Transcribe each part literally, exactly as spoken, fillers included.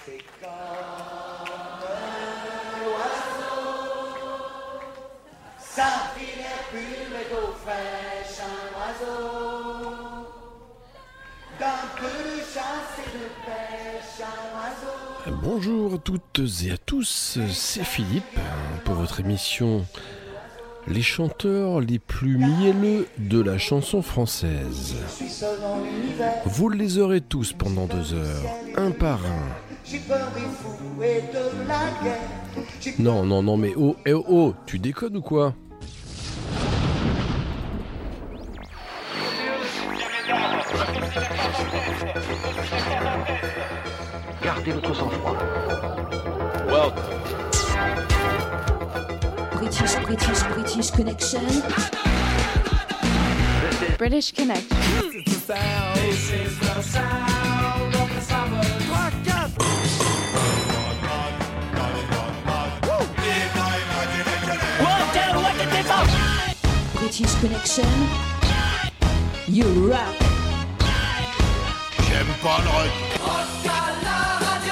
C'est comme l'oiseau, ça filet pur et d'eau fraîche, un oiseau. D'un peu de chasse et de pêche, un oiseau. Bonjour à toutes et à tous, c'est Philippe pour votre émission Les chanteurs les plus mielleux de la chanson française. Vous les aurez tous pendant deux heures, un par un. Non, non, non, mais oh, eh, oh, tu déconnes ou quoi ? Gardez votre sang-froid. Welcome. British, British, British Connection. British Connection. This is the sound. This is the sound of the summer. British Connection. You rock. J'aime pas le rock. Rock à la radio.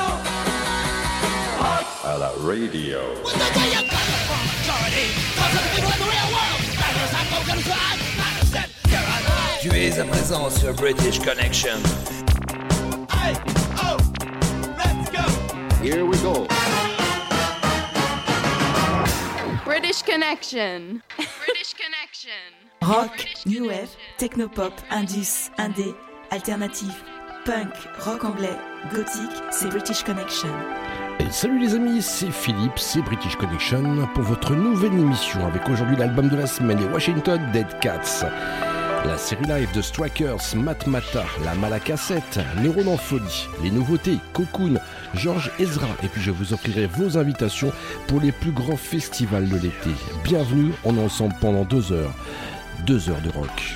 À la radio. Tu es à présent sur British Connection. Hey, oh, let's go. Here we go. British Connection. British Connection. Rock, new wave, technopop, indus, indé, alternatif, punk, rock anglais, gothique, c'est British Connection. Et salut les amis, c'est Philippe, c'est British Connection pour votre nouvelle émission avec aujourd'hui l'album de la semaine, les Washington Dead Cats. La série live de Strikers, Matmata, la Malacassette, les Rôles en folie, les nouveautés, Cocoon, Georges Ezra, et puis je vous offrirai vos invitations pour les plus grands festivals de l'été. Bienvenue, on est ensemble pendant deux heures, deux heures de rock.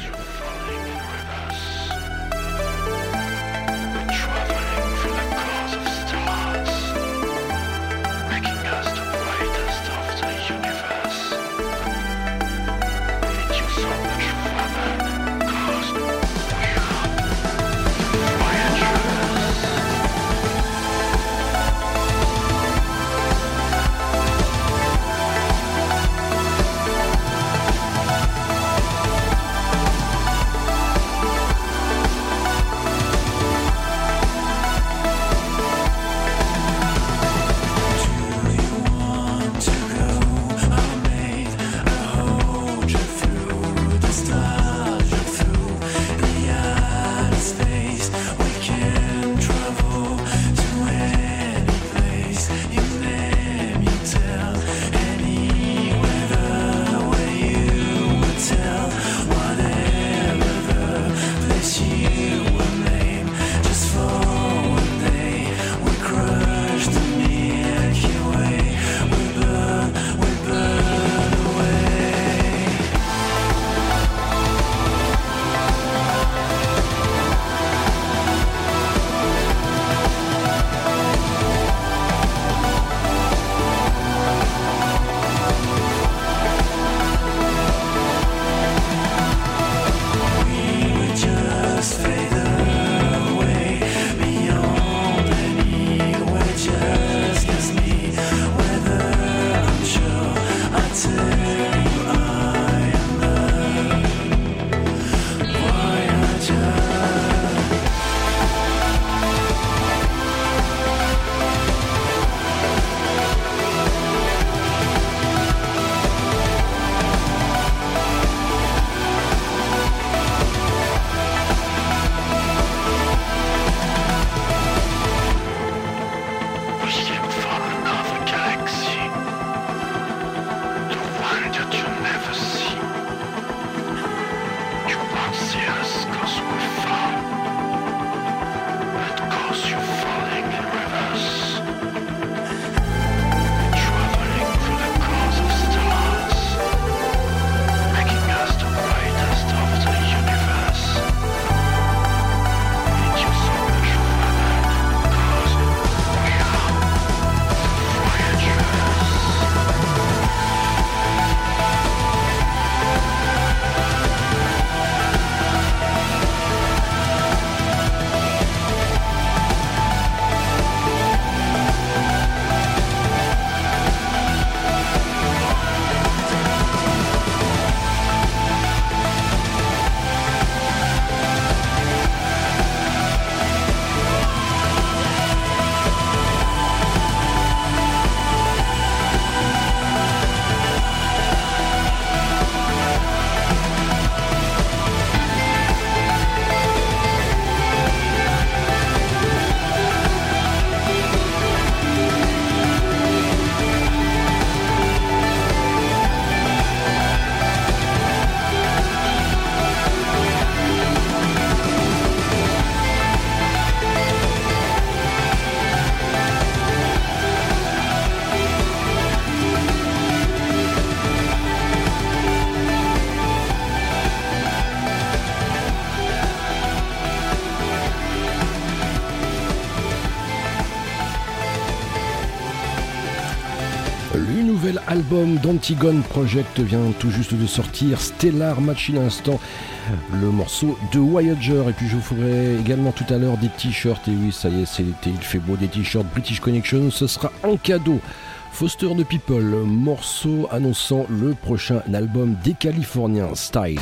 nouvel album d'Antigone Project vient tout juste de sortir, Stellar Machine Instant, le morceau de Voyager. Et puis je vous ferai également tout à l'heure des t-shirts. Et oui, ça y est, c'est l'été, il fait beau, des t-shirts British Connection, ce sera un cadeau. Foster the People, morceau annonçant le prochain album des Californiens, Style.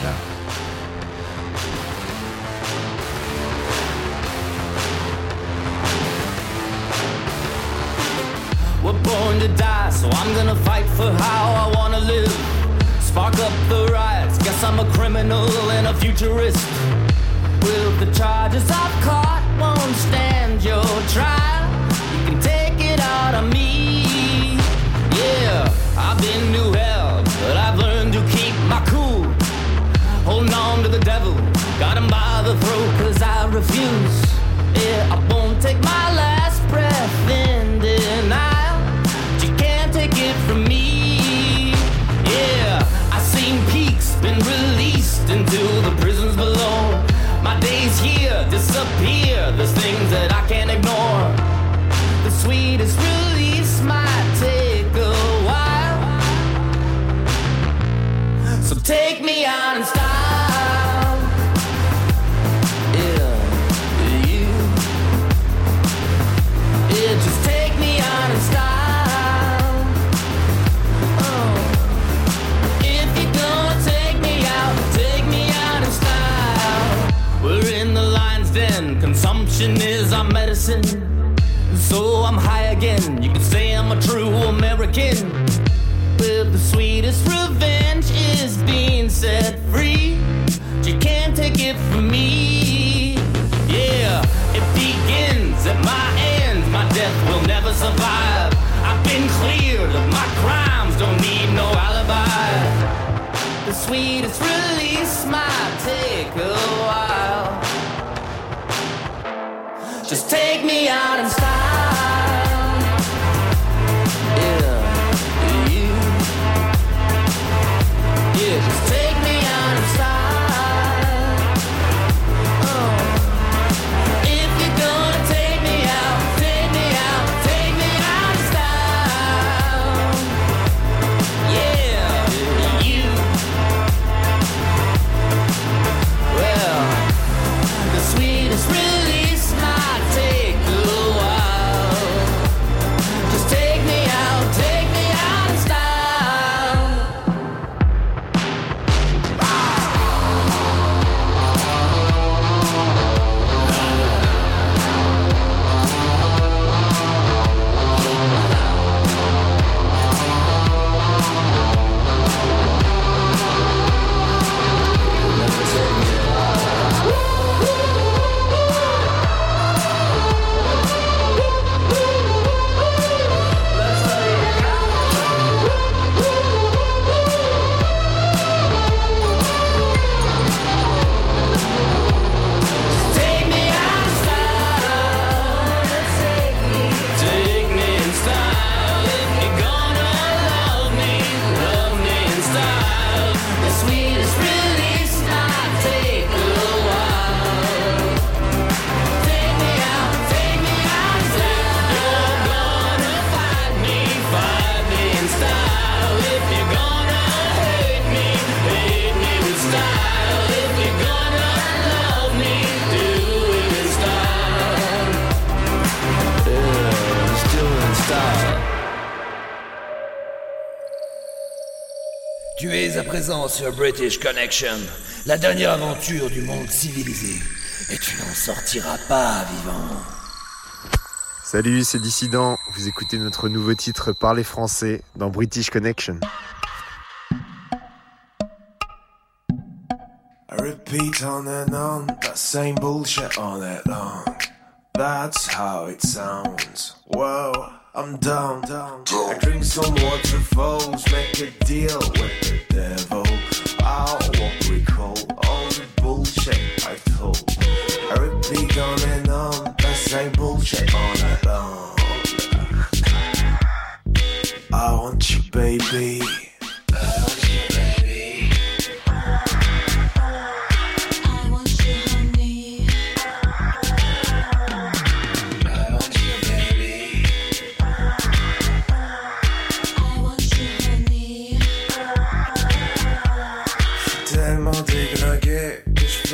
We're born to die, so I'm gonna fight for how I wanna live. Spark up the riots, guess I'm a criminal and a futurist. Well, the charges I've caught won't stand your trial. You can take it out of me. Yeah, I've been to hell, but I've learned to keep my cool. Holding on to the devil, got him by the throat, cause I refuse. Yeah, I won't take my last breath in denial. You can't take it from me. Yeah, I've seen peaks been released into the prisons below. My days here disappear, there's things that I can't ignore. The sweetest release might take a while, so take me out in style. Yeah, you. Yeah, just take me out in style. Oh, if you're gonna take me out, take me out in style. We're in the lion's den, consumption is our medicine. So I'm high again, you can say I'm a true American. Well, the sweetest revenge is being set free. You can't take it from me. Yeah, it begins at my end, my death will never survive. I've been cleared of my crimes, don't need no alibi. The sweetest release might take a while. Just take me out in style. Yeah, you. Yeah, just take me out in style. Oh, if you're gonna take me out, take me out, take me out in style. Yeah, you. Well, the sweetest release might take a while. Just take me out, take me out in style. Take me out in style. Take me in style. If you're gonna love me, love me in style. The sweetest release might take a while. Take me out, take me out in style. You're gonna fight me, fight me in style. If you're gonna hate me, hate me with style. If you're gonna love me, do it in style. Yeah, still in style. Tu es à présent sur British Connection, la dernière aventure du monde civilisé. Et tu n'en sortiras pas vivant. Salut, c'est Dissident. Vous écoutez notre nouveau titre Parler français dans British Connection. I repeat on and on, that same bullshit all night long. That's how it sounds. Whoa, I'm down, down. I drink some waterfalls, make a deal with the devil. I won't recall all the bullshit I told. I repeat on and on, that same bullshit all night long. I want you, baby. I want you, baby. I want you, honey. I want you, baby. I want you, honey.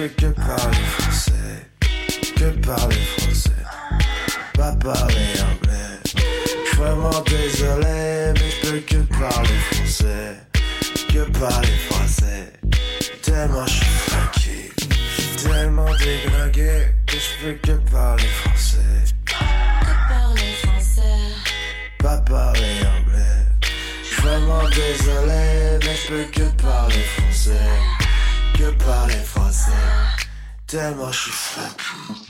fais que parler français, que parler français, pas parler anglais. J'suis vraiment désolé, mais j'peux que parler français, que parler français. Tellement j'suis funky, j'suis tellement déglingué que j'peux que parler français, Que parler français. pas parler anglais. J'suis vraiment désolé, mais j'peux que parler français, que parler français. Tellement j'suis funky.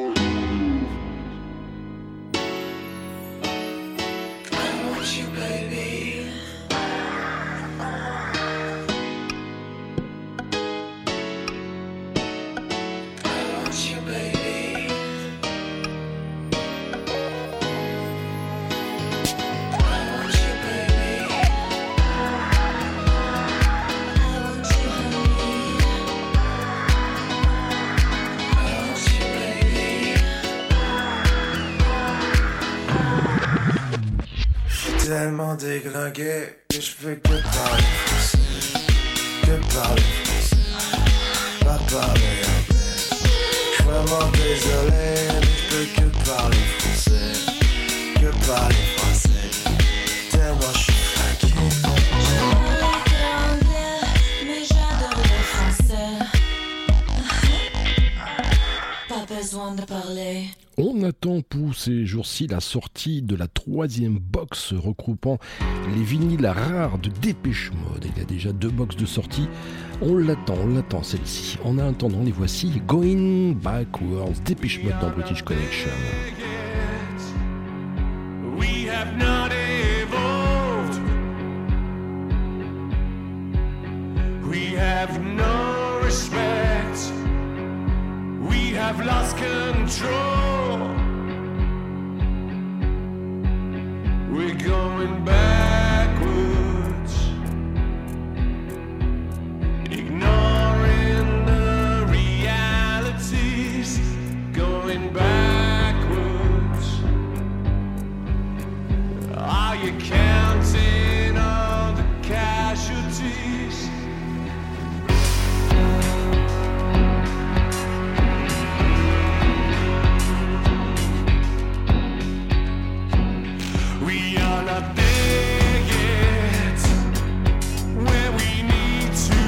I want you, baby. I want you, baby. I want you, baby. I want you, honey. I want you, baby. J'suis tellement déglingué que j'peux que parler français, que parler français, pas parler anglais. J'suis vraiment désolé, mais j'peux que parler français, que parler français. Tellement j'suis funky. J'aimerais que anglais, mais j'adore le français. Pas besoin de parler. On attend pour ces jours-ci la sortie de la troisième box regroupant les vinyles rares de Dépêche Mode. Il y a déjà deux box de sortie. On l'attend, on l'attend celle-ci. En attendant, les voici, Going Backwards, Dépêche Mode dans British Connection. We have not evolved. We have no respect. We have lost control. We're going backwards, ignoring the realities, going backwards. Are you counting all the casualties? We are not there yet, where we need to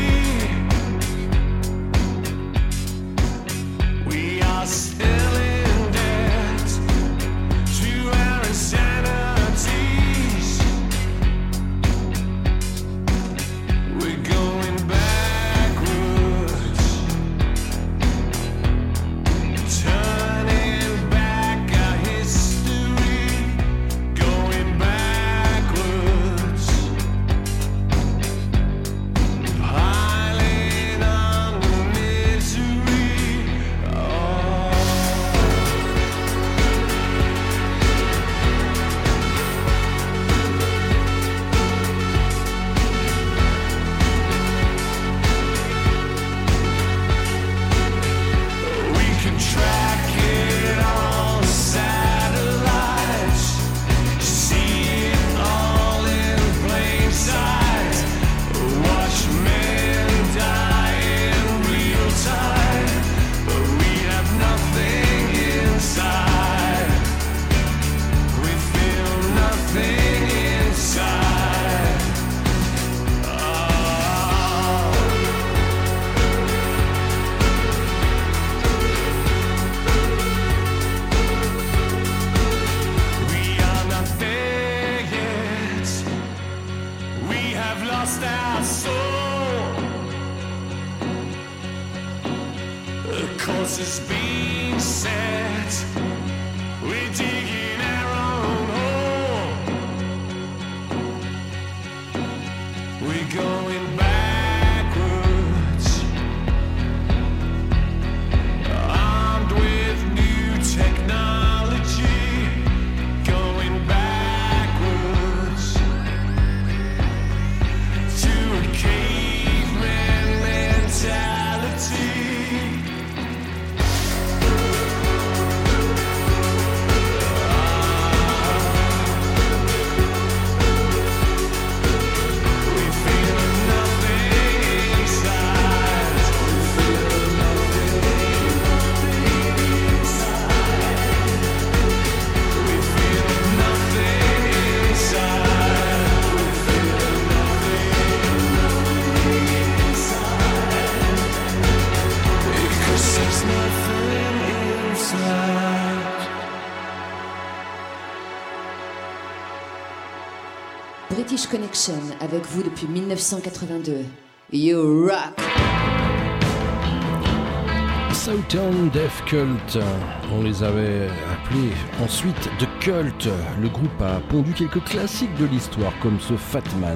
be. We are still in debt to our insanities. We're going backwards, turning back our history, going backwards, piling on the misery. Oh. We can track it on satellites, see it all in plain sight, watch men die in real time, but we have nothing inside. We feel nothing inside. Oh. We are not there yet. We have lost our soul. The course is being set. We're digging our own hole. We're going backwards, armed with new technology, going backwards to a caveman mentality. British Connection avec vous depuis mille neuf cent quatre-vingt-deux. You rock! Southern Death Cult, on les avait appelés ensuite The Cult. Le groupe a pondu quelques classiques de l'histoire comme ce Fat Man.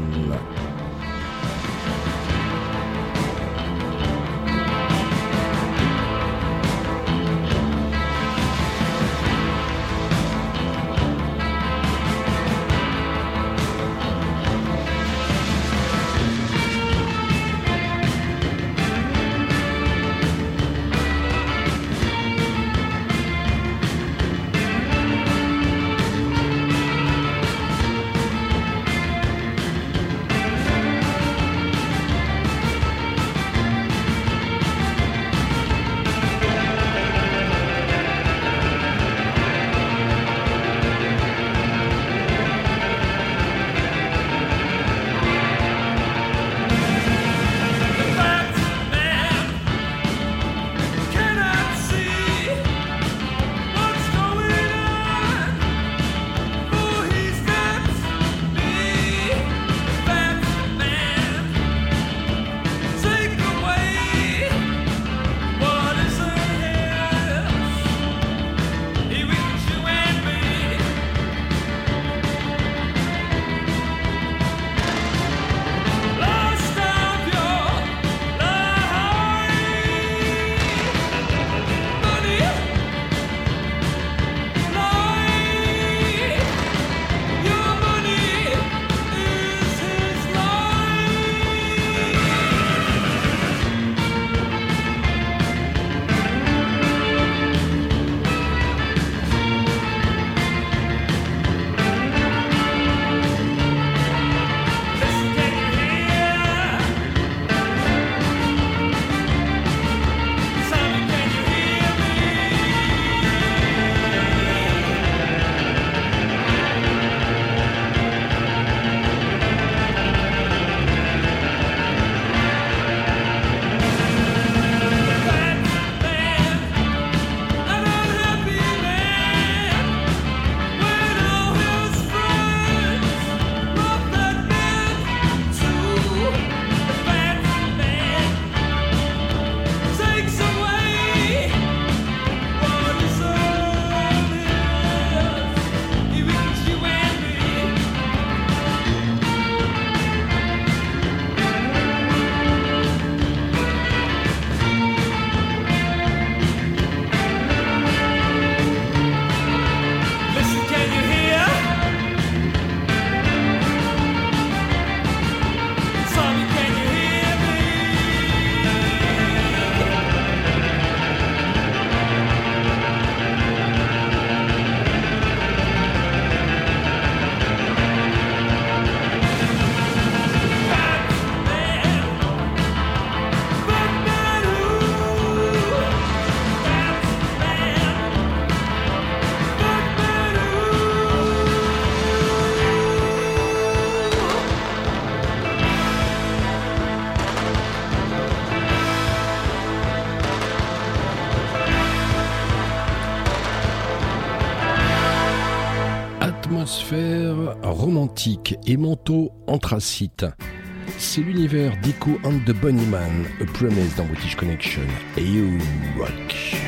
Atmosphère romantique et manteau anthracite. C'est l'univers d'Echo and the Bunnymen, A Promise dans British Connection. Et You Rock.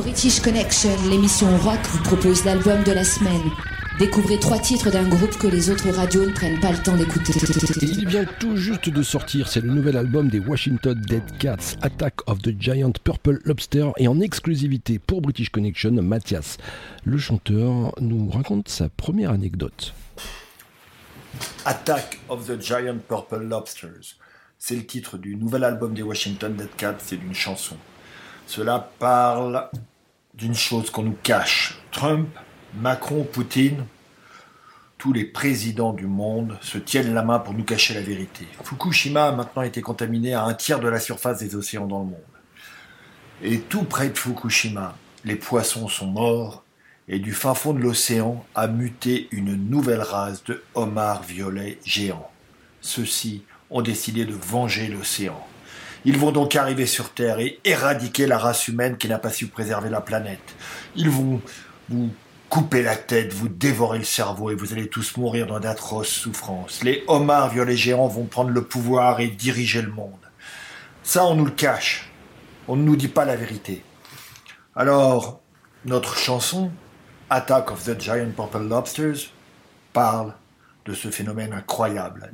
British Connection, l'émission rock vous propose l'album de la semaine. Découvrez trois titres d'un groupe que les autres radios ne prennent pas le temps d'écouter. Il vient tout juste de sortir, c'est le nouvel album des Washington Dead Cats, Attack of the Giant Purple Lobster, et en exclusivité pour British Connection, Mathias, le chanteur, nous raconte sa première anecdote. Attack of the Giant Purple Lobsters, c'est le titre du nouvel album des Washington Dead Cats, c'est d'une chanson. Cela parle d'une chose qu'on nous cache. Trump, Macron, Poutine, tous les présidents du monde se tiennent la main pour nous cacher la vérité. Fukushima a maintenant été contaminé à un tiers de la surface des océans dans le monde. Et tout près de Fukushima, les poissons sont morts et du fin fond de l'océan a muté une nouvelle race de homards violets géants. Ceux-ci ont décidé de venger l'océan. Ils vont donc arriver sur Terre et éradiquer la race humaine qui n'a pas su préserver la planète. Ils vont vous couper la tête, vous dévorer le cerveau et vous allez tous mourir dans d'atroces souffrances. Les homards violets géants vont prendre le pouvoir et diriger le monde. Ça, on nous le cache. On ne nous dit pas la vérité. Alors, notre chanson, Attack of the Giant Purple Lobsters, parle de ce phénomène incroyable.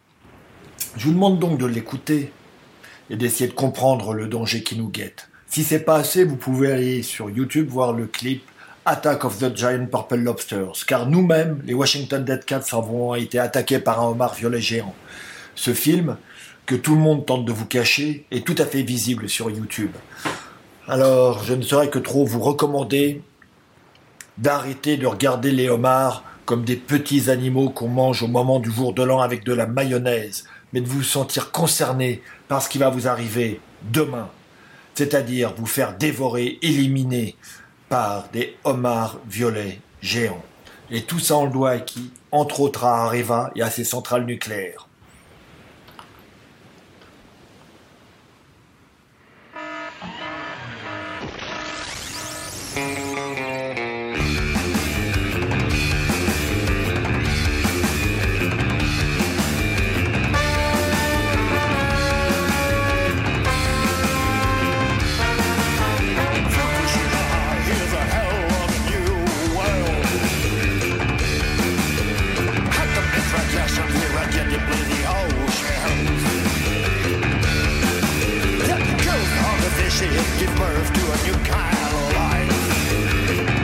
Je vous demande donc de l'écouter et d'essayer de comprendre le danger qui nous guette. Si c'est pas assez, vous pouvez aller sur YouTube voir le clip Attack of the Giant Purple Lobsters, car nous-mêmes, les Washington Dead Cats, avons été attaqués par un homard violet géant. Ce film, que tout le monde tente de vous cacher, est tout à fait visible sur YouTube. Alors, je ne saurais que trop vous recommander d'arrêter de regarder les homards comme des petits animaux qu'on mange au moment du jour de l'an avec de la mayonnaise, mais de vous sentir concerné par ce qui va vous arriver demain, c'est-à-dire vous faire dévorer, éliminer par des homards violets géants. Et tout ça on le doit à qui ? Entre autres à Areva et à ses centrales nucléaires. Give birth to a new kind of life.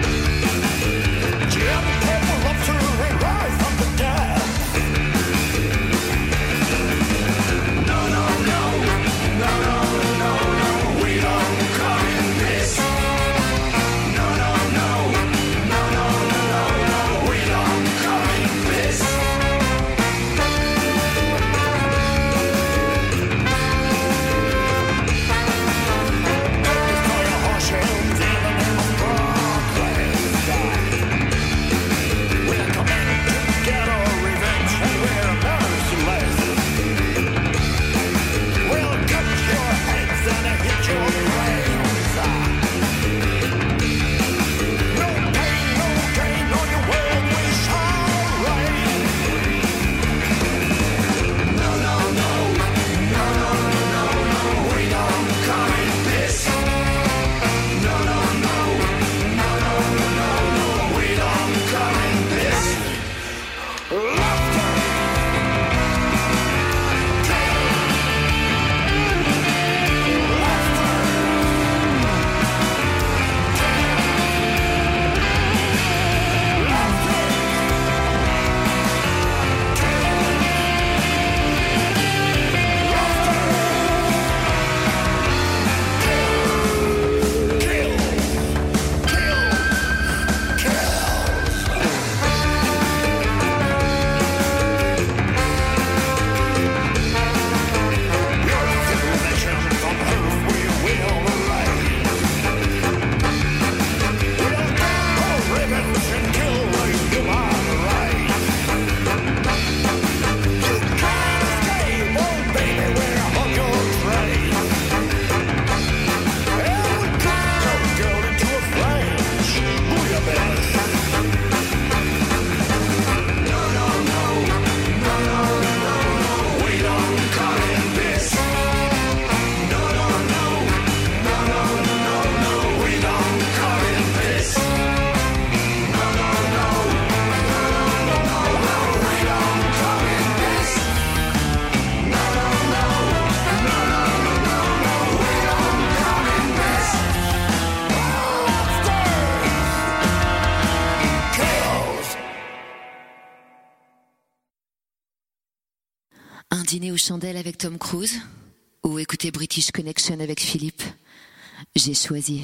dîner aux chandelles avec Tom Cruise ou écouter British Connection avec Philippe? J'ai choisi.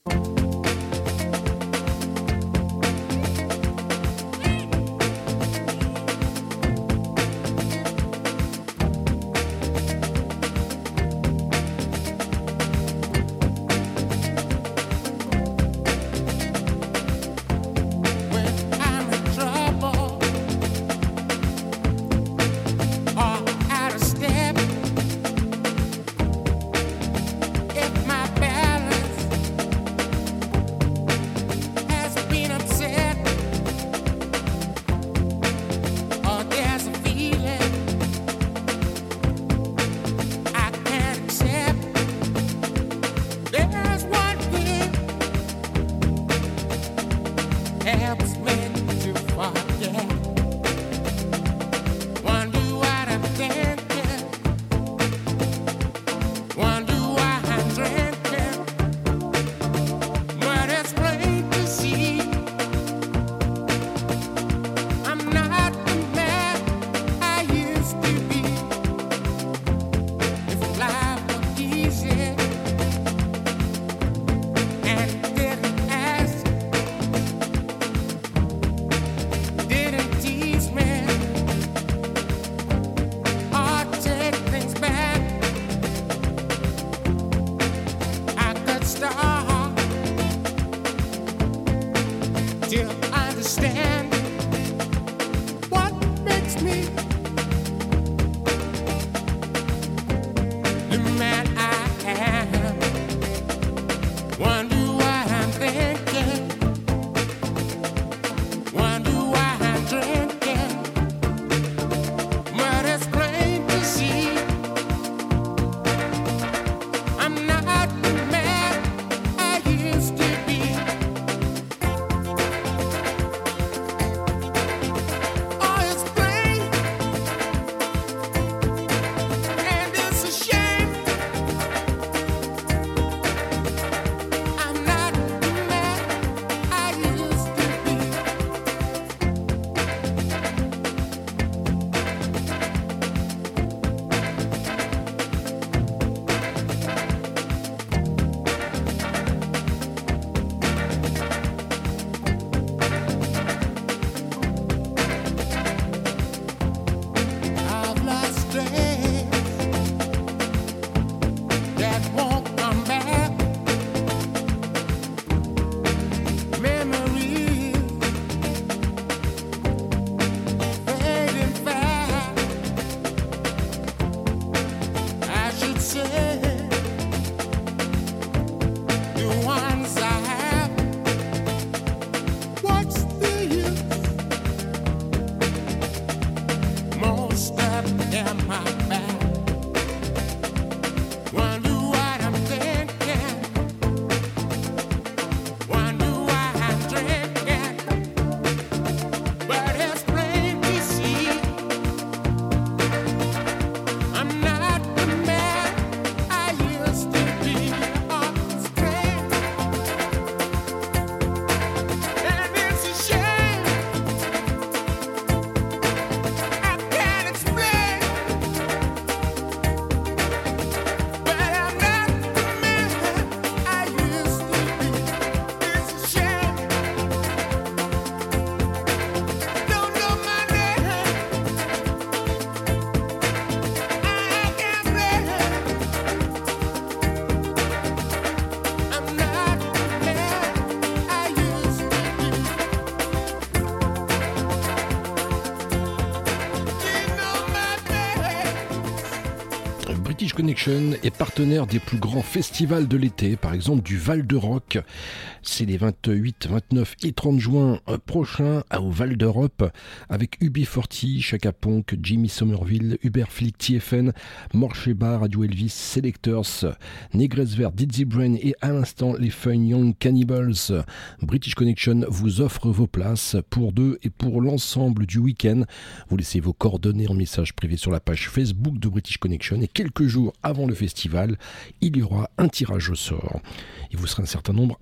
British Connection est partenaire des plus grands festivals de l'été, par exemple du Val de Rock. C'est les vingt-huit, vingt-neuf et trente juin prochains au Val d'Europe avec U B quarante, Chaka Ponk, Jimmy Somerville, Hubert Flick, T F N, Morcheba, Radio Elvis, Selectors, Négresse Vert, Dizzy Brain et à l'instant les Fun Young Cannibals. British Connection vous offre vos places pour deux et pour l'ensemble du week-end. Vous laissez vos coordonnées en message privé sur la page Facebook de British Connection et quelques jours avant le festival, il y aura un tirage au sort. Il vous sera un certain nombre à gagner vos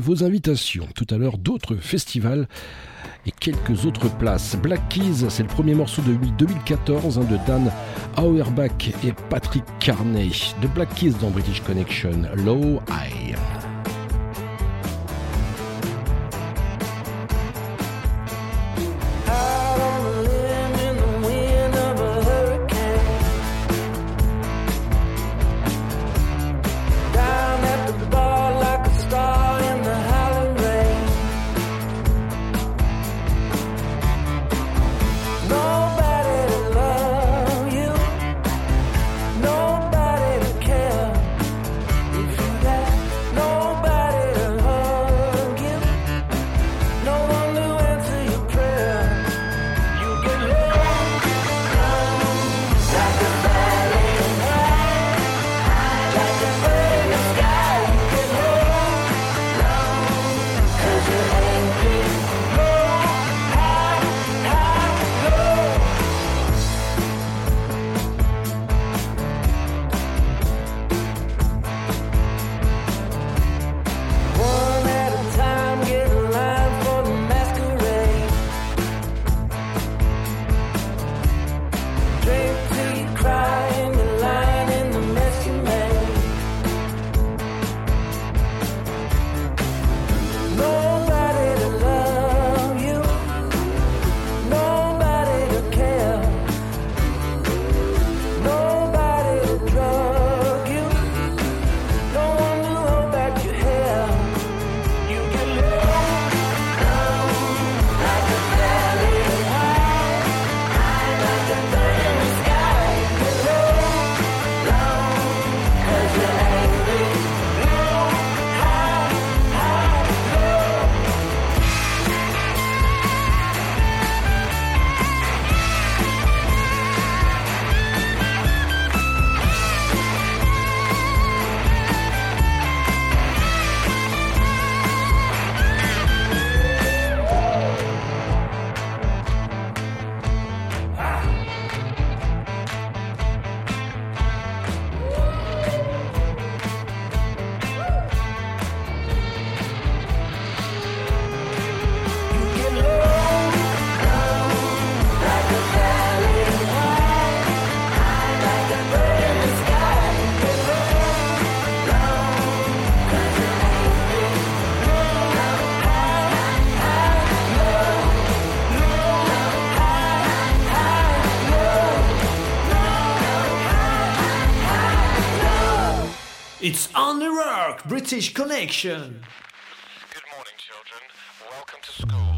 vos invitations. Tout à l'heure, d'autres festivals et quelques autres places. Black Keys, c'est le premier morceau de deux mille quatorze hein, de Dan Auerbach et Patrick Carney. De Black Keys dans British Connection, Low High. It's on the rock, British Connection. Good morning, children. Welcome to school.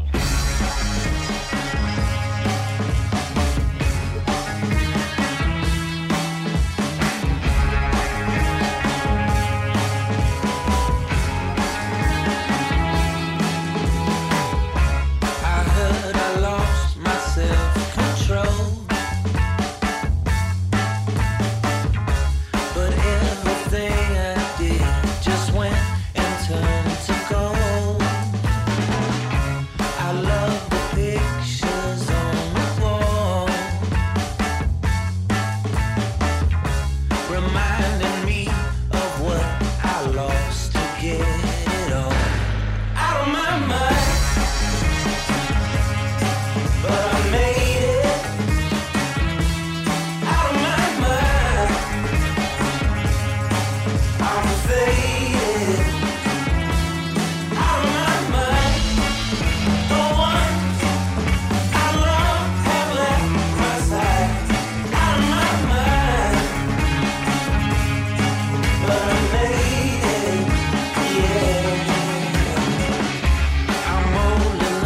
I'm holding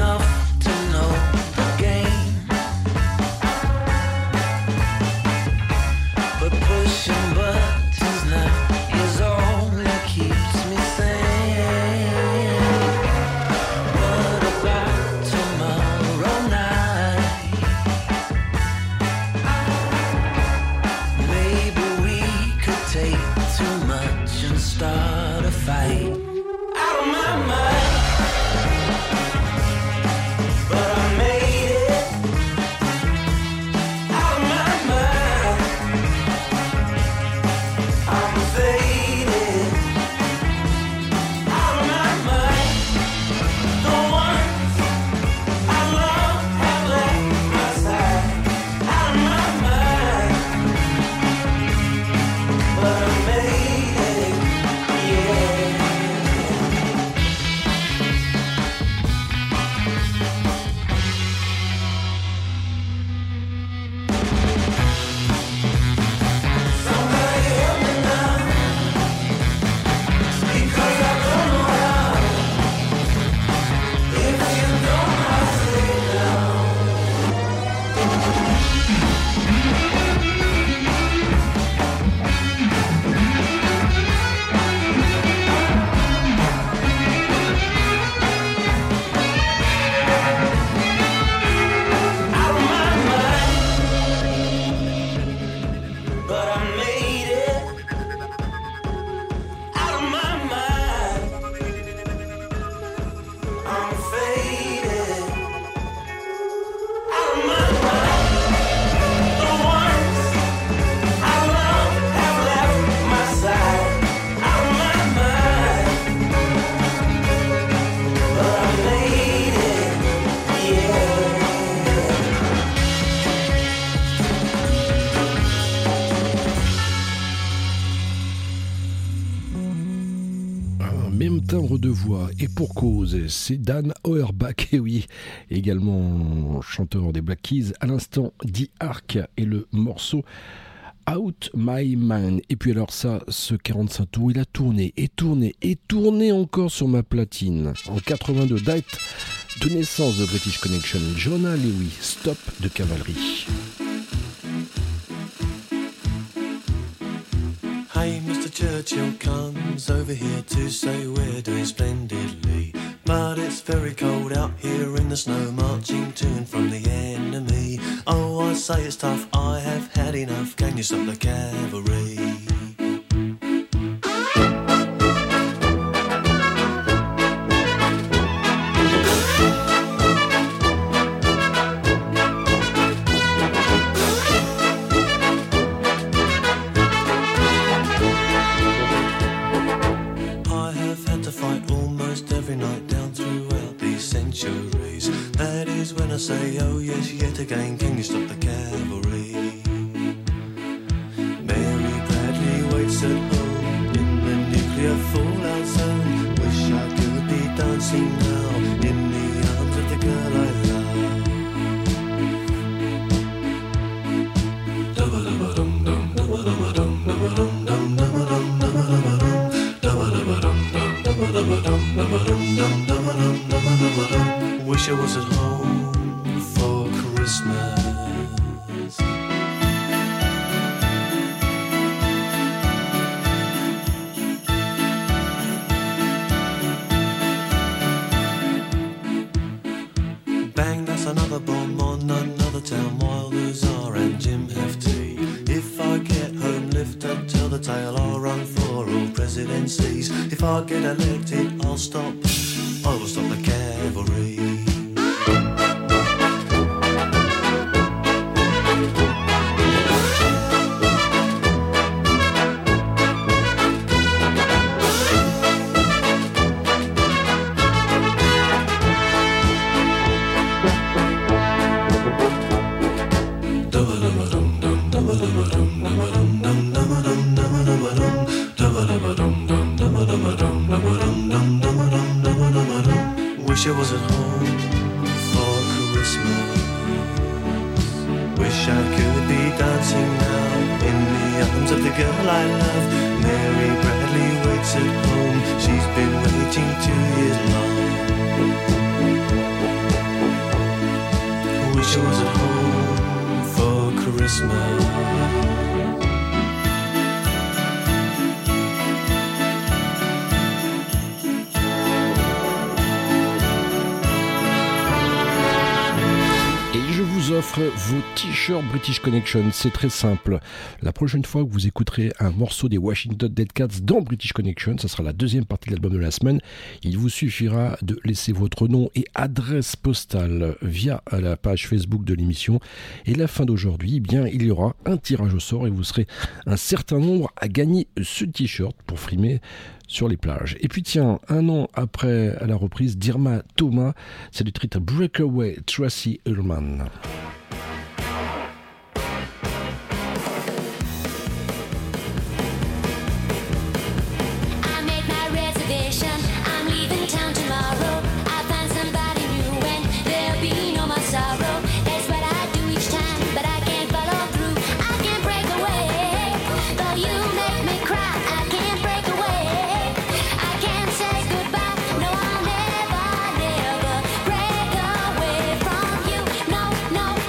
voix, et pour cause, c'est Dan Auerbach, et oui, également chanteur des Black Keys, à l'instant The Ark et le morceau Out My Mind. Et puis alors ça, ce quarante-cinq tours, il a tourné et tourné et tourné encore sur ma platine. En quatre-vingt-deux, date de naissance de British Connection, Jona Lewie, Stop de cavalerie. Hey, Mister Churchill comes over here to say we're doing splendidly. But it's very cold out here in the snow, marching to and from the enemy. Oh, I say it's tough, I have had enough. Can you stop the cavalry? I say, oh yes, yet again, can you stop the cavalry? Mary Bradley waits at home in the nuclear fallout zone. Wish I could be dancing now in the arms of the girl I love. Wish I was at home for Christmas. Bang, that's another bomb on another town. Wilders are and Jim have tea. If I get home, lift up, tell the tale. I'll run for all presidencies. If I get elected, I'll stop. I will stop the cavalry. Wish I was at home for Christmas. Wish I could be dancing now in the arms of the girl I love. Mary Bradley waits at home. She's been waiting two years long. Wish I was at home for Christmas. Offre vos t-shirts British Connection, c'est très simple. La prochaine fois que vous écouterez un morceau des Washington Dead Cats dans British Connection, ça sera la deuxième partie de l'album de la semaine, il vous suffira de laisser votre nom et adresse postale via la page Facebook de l'émission. Et la fin d'aujourd'hui, eh bien, il y aura un tirage au sort et vous serez un certain nombre à gagner ce t-shirt pour frimer sur les plages. Et puis tiens, un an après la reprise d'Irma Thomas, c'est le titre Breakaway Tracy Ullman. No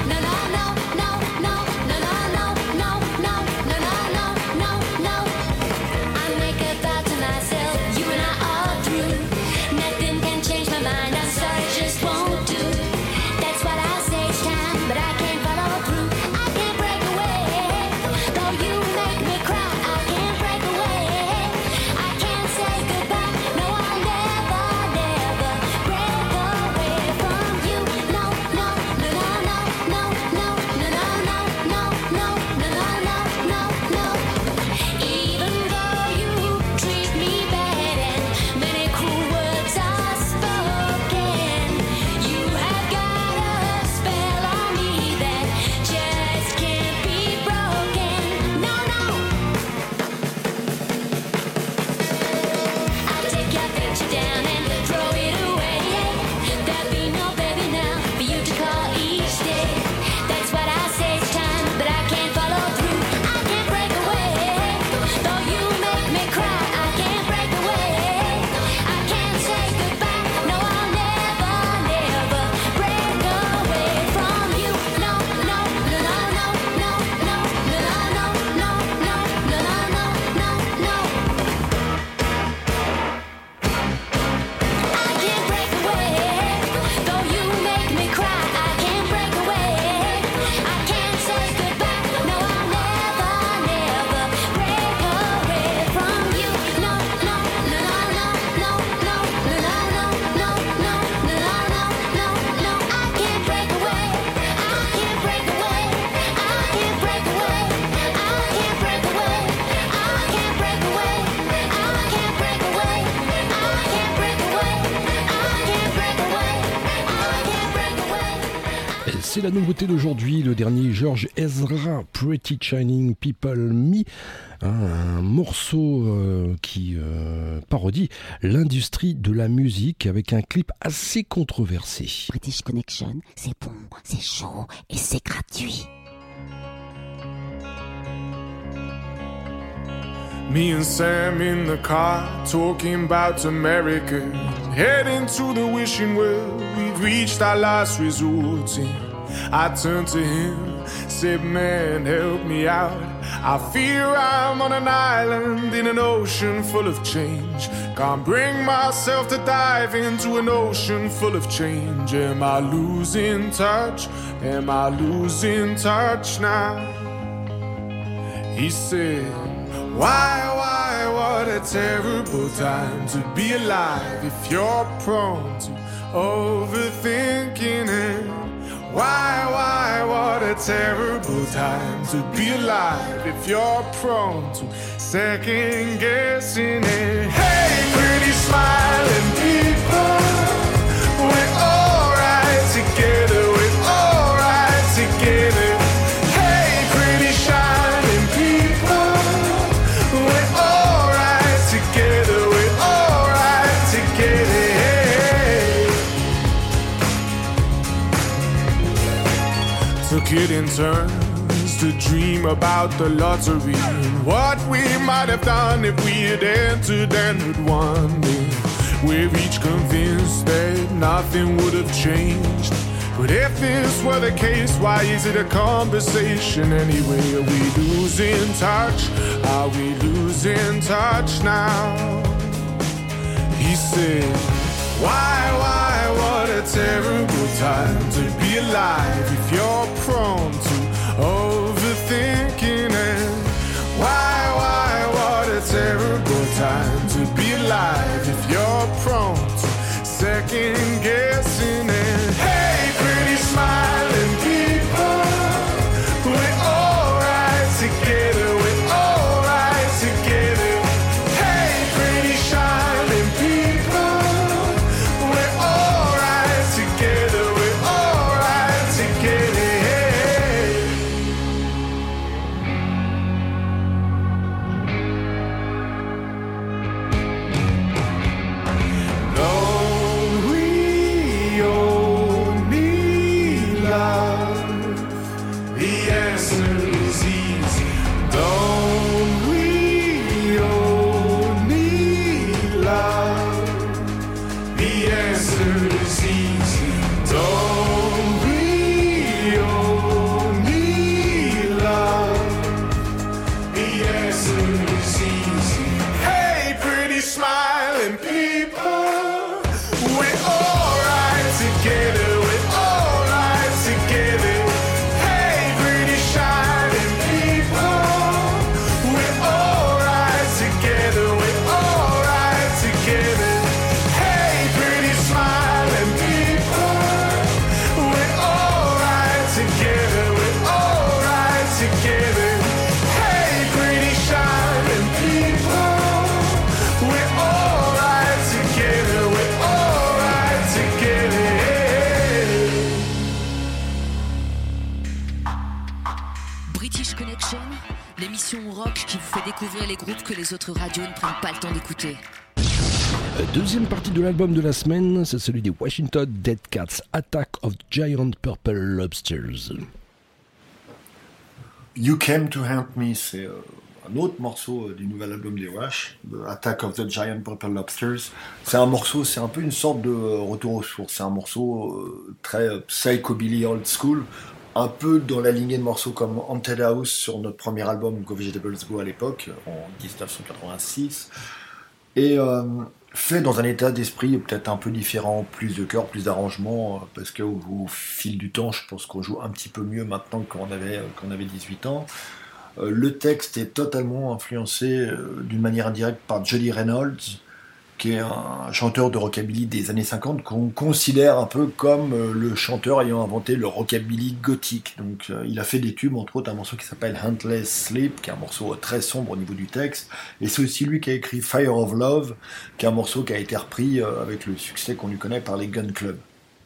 c'est la nouveauté d'aujourd'hui, le dernier George Ezra, Pretty Shining People Me, un, un morceau euh, qui euh, parodie l'industrie de la musique avec un clip assez controversé. British Connection, c'est bon, c'est chaud et c'est gratuit. Me and Sam in the car, talking about America, heading to the wishing well. We've reached our last resort. I turned to him, said, man, help me out. I fear I'm on an island in an ocean full of change. Can't bring myself to dive into an ocean full of change. Am I losing touch? Am I losing touch now? He said, why, why, what a terrible time to be alive if you're prone to overthinking it. Why, why, what a terrible time to be alive if you're prone to second guessing it. Hey, pretty smiling people, we're alright together, we're alright together. Hey, pretty shining people, we're alright together, we're alright together. Took it in turns to dream about the lottery and what we might have done if we had entered and had won it. We're each convinced that nothing would have changed. But if this were the case, why is it a conversation anyway? Are we losing touch? Are we losing touch now? He said, why, why, what a terrible time to be alive if you're prone to overthinking it. Why, why, what a terrible time to be alive if you're prone to second guessing it. Hey, pretty smiling people, we're alright together, we're alright together. Hey, pretty shining people, we're alright together, we're alright together. Don't we all need love? The answer is easy. Don't we all need love? The answer is easy. Don't we all need love? The answer is easy. Hey, pretty smiling people, we're alright together, we're alright together. Hey, pretty shining people, we're alright together, we're alright together. Hey, pretty smiling people, we're alright together, we're alright together. Hey, pretty shining people, we're alright together, we're alright together. British Connection, l'émission rock qui vous fait découvrir les groupes que les autres radios ne prennent pas le temps d'écouter. Deuxième partie de l'album de la semaine, c'est celui des Washington Dead Cats, Attack of Giant Purple Lobsters. You Came to Haunt Me, c'est euh, un autre morceau euh, du nouvel album des Wash, Attack of the Giant Purple Lobsters. C'est un morceau, c'est un peu une sorte de euh, retour aux sources. C'est un morceau euh, très euh, psychobilly old school, un peu dans la lignée de morceaux comme Haunted House sur notre premier album Go Vegetables Go à l'époque, en dix-neuf cent quatre-vingt-six. Et euh, fait dans un état d'esprit peut-être un peu différent, plus de chœur, plus d'arrangement, euh, parce qu'au au fil du temps, je pense qu'on joue un petit peu mieux maintenant que quand on avait, euh, quand on avait dix-huit ans. Euh, le texte est totalement influencé euh, d'une manière indirecte par Johnny Reynolds, qui est un chanteur de rockabilly des années cinquante qu'on considère un peu comme euh, le chanteur ayant inventé le rockabilly gothique. Donc euh, il a fait des tubes, entre autres un morceau qui s'appelle Huntless Sleep, qui est un morceau très sombre au niveau du texte, et c'est aussi lui qui a écrit Fire of Love, qui est un morceau qui a été repris euh, avec le succès qu'on lui connaît par les Gun Club.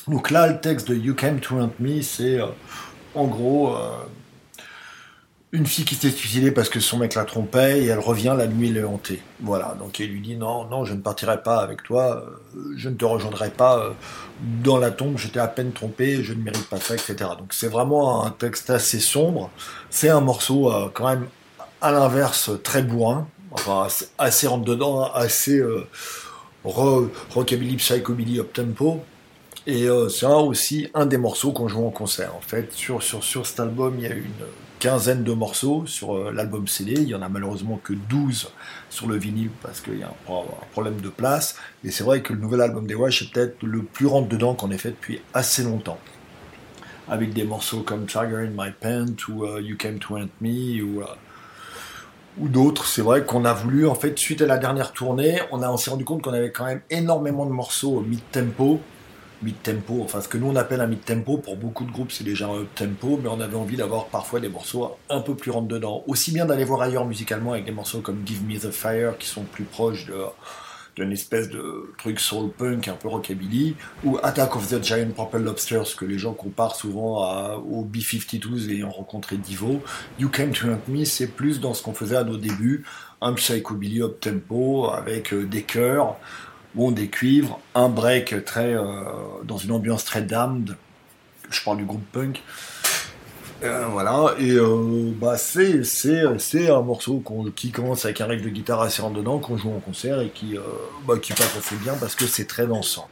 Donc là, le texte de You Came to Haunt Me, c'est euh, en gros euh, une fille qui s'est suicidée parce que son mec la trompait et elle revient, la nuit elle est hantée. Voilà, donc il lui dit non, non, je ne partirai pas avec toi, euh, je ne te rejoindrai pas euh, dans la tombe, je t'ai à peine trompé, je ne mérite pas ça, et cetera. Donc c'est vraiment un texte assez sombre, c'est un morceau euh, quand même à l'inverse très bourrin, enfin assez, assez rentre-dedans, assez euh, ro- rockabilly, psychobilly, up-tempo. Et euh, c'est un, aussi un des morceaux qu'on joue en concert. En fait, sur, sur, sur cet album, il y a une quinzaine de morceaux sur euh, l'album C D. Il y en a malheureusement que douze sur le vinyle parce qu'il y a un, pro- un problème de place. Et c'est vrai que le nouvel album des Wash est peut-être le plus rentre-dedans qu'on ait fait depuis assez longtemps. Avec des morceaux comme Tiger in My Pants ou uh, You Came to Haunt Me ou... Uh, ou d'autres. C'est vrai qu'on a voulu, en fait, suite à la dernière tournée, on, a, on s'est rendu compte qu'on avait quand même énormément de morceaux mid-tempo, mid-tempo, enfin ce que nous on appelle un mid-tempo, pour beaucoup de groupes c'est déjà un up-tempo, mais on avait envie d'avoir parfois des morceaux un peu plus rentre-dedans. Aussi bien d'aller voir ailleurs musicalement avec des morceaux comme Give Me the Fire, qui sont plus proches de, d'une espèce de truc soul punk, un peu rockabilly, ou Attack of the Giant Purple Lobsters, que les gens comparent souvent à, aux B cinquante-deux ayant rencontré Divo. You Came to Haunt Me, c'est plus dans ce qu'on faisait à nos débuts, un psychobilly up-tempo, avec euh, des chœurs, bon, des cuivres, un break très euh, dans une ambiance très damned. Je parle du groupe punk. Euh, voilà, et euh, bah c'est c'est c'est un morceau qu'on, qui commence avec un riff de guitare assez rentre-dedans, qu'on joue en concert et qui euh, bah, qui passe assez bien parce que c'est très dansant.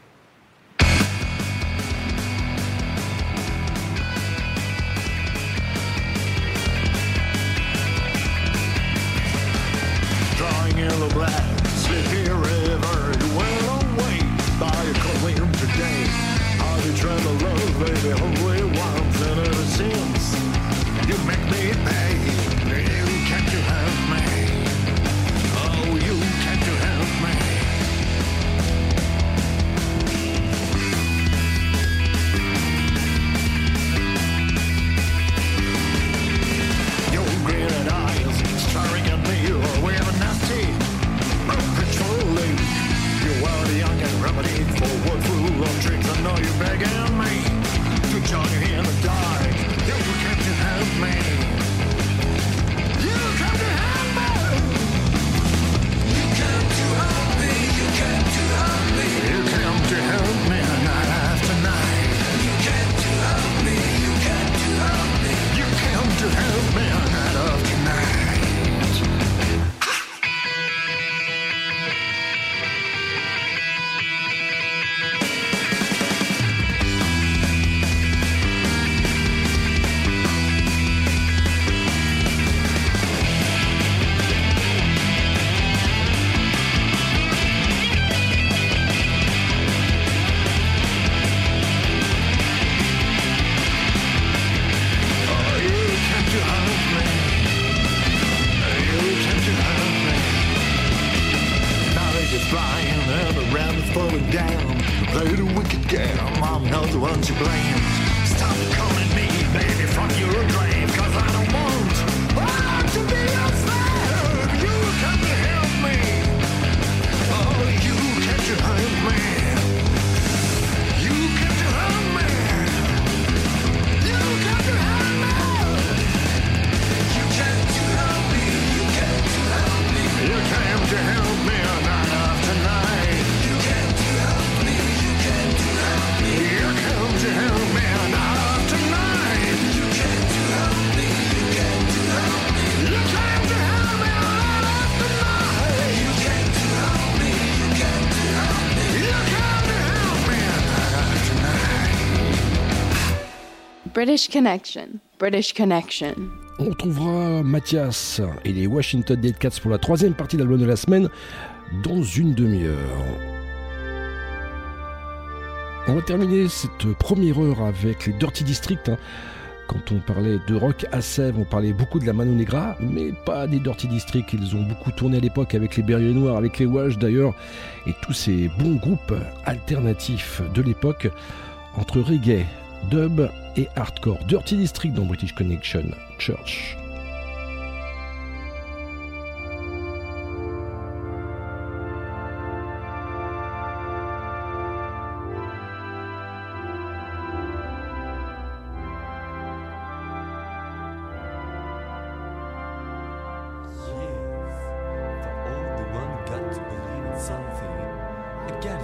Drawing yellow black, sleepy river, you went away by a cold wind today. I've been trying to love, baby, hungry once and ever since. You make me pay, you can't you help me? Oh, you can't you help me? Your green eyes staring at me with a nasty, perpetually. You are the young and remedy for what full of tricks. I know you're begging me to join you in the dark. You can't you help me? You can't you help me? You can't you help me? You can't you help me? You can't you help me night after night? You can't you help me? You can't you help me? You can't you help me night after night? Falling down, play the wicked game. I'm not the one to blame. Stop calling me, baby, from your grave, cause I don't want, I want to be your slave. You can't help me. Oh, you can't help me. You can't help me. You can't help me. You can't help me. You can't help me. You can't help me night after night. You can't help me. You can't help me. You can't help me night after night. You can't help me. You can't help me. You can't help me night after night. You can't help me. You can't help me. You can't help me night after night. British Connection. British Connection. On retrouvera Mathias et les Washington Dead Cats pour la troisième partie de l'album de la semaine dans une demi-heure. On va terminer cette première heure avec les Dirty District. Quand on parlait de rock à Sèvres, on parlait beaucoup de la Mano Negra, mais pas des Dirty District. Ils ont beaucoup tourné à l'époque avec les Berruyers Noirs, avec les Wash d'ailleurs, et tous ces bons groupes alternatifs de l'époque, entre reggae, dub et hardcore. Dirty District dans British Connection, Church.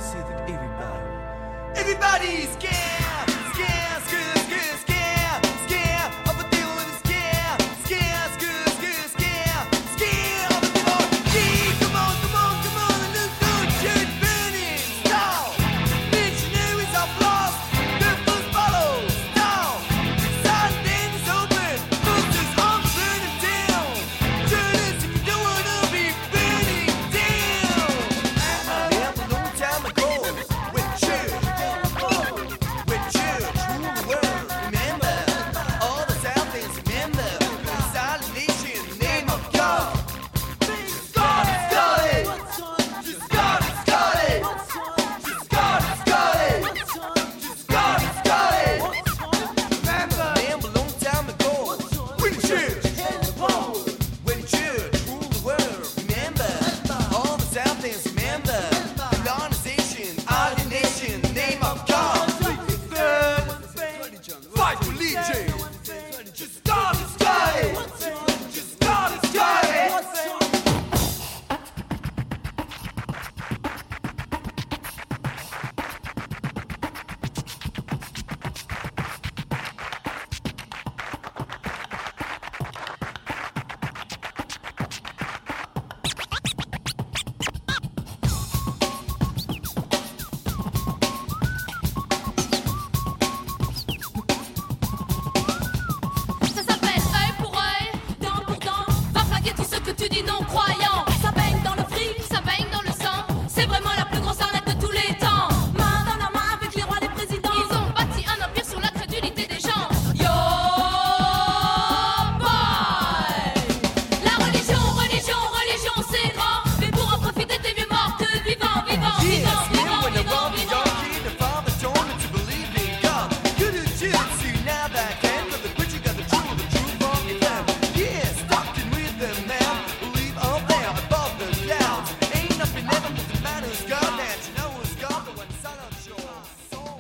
say that everybody, everybody's scared, scared, scared, scared, scared, scared of a devil with a scare, scared, scared, scared, scared, scared of a devil. Gee, come on, come on, come on, and look good, church burning, stop. Missionaries are lost, the first follows, stop. Silent den is open, posters on burning down. Journalists, if you don't wanna be burning down. I remember a long time ago when church, when church ruled the world. Remember, all the Southlands remember the silent nation, the name of God. Just God is got it. Just God is got it. Just God is got it. Just God is got it. Remember, remember a long time ago when church, when church ruled the world. Remember, all the Southlands remember the organization, alienation, the name of God. Fight religion. Just God is got it. Just God is got it. Ça s'appelle œil pour œil, dent pour dent. Va flaguer tout ce que tu dis non croyant. Ça baigne dans le fric, ça baigne dans le sang. C'est vraiment la plus grosse arnaque de tous les temps. Main dans la main avec les rois, les présidents. Ils ont bâti un empire sur la crédulité des gens. Yo boy. La religion, religion, religion, c'est grand. Mais pour en profiter, t'es mieux mort que vivant, vivant, Yes, vivant, man, vivant, when the vivant, Roman vivant. donkey, the father told me to believe in God. Good as jitsu, now that I can, but the preacher got the truth, the truth from your family. Yeah, stuck in with them now. Believe up there above the clouds. Ain't nothing ever but the man who's God, that you know who's God, the one son of your soul.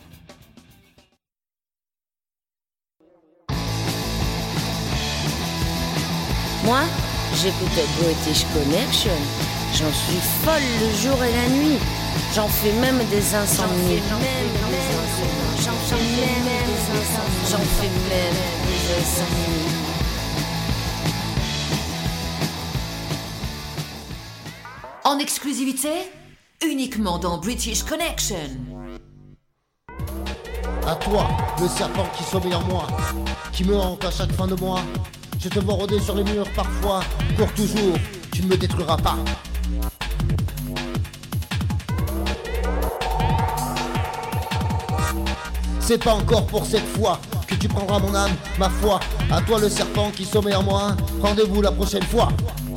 Moi, j'écoutais British Connection. J'en suis folle le jour et la nuit. J'en fais même des insomnies. J'en fais même des insomnies. J'en fais même des insomnies. En exclusivité, uniquement dans British Connection. À toi, le serpent qui sommeille en moi, qui me hante à chaque fin de mois. Je te vois rôder sur les murs parfois. Pour toujours, tu ne me détruiras pas. C'est pas encore pour cette fois que tu prendras mon âme, ma foi. À toi le serpent qui sommeille en moi. Rendez-vous la prochaine fois.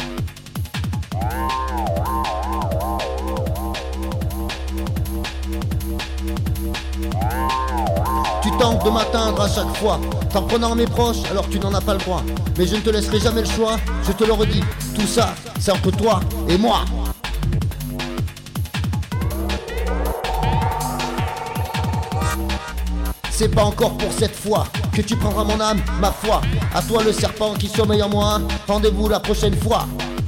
Tu tentes de m'atteindre à chaque fois, t'en prenant mes proches alors tu n'en as pas le droit. Mais je ne te laisserai jamais le choix, je te le redis. Tout ça, c'est entre toi et moi. C'est pas encore pour cette fois que tu prendras mon âme, ma foi. À toi le serpent qui sommeille en moi. Rendez-vous la prochaine fois.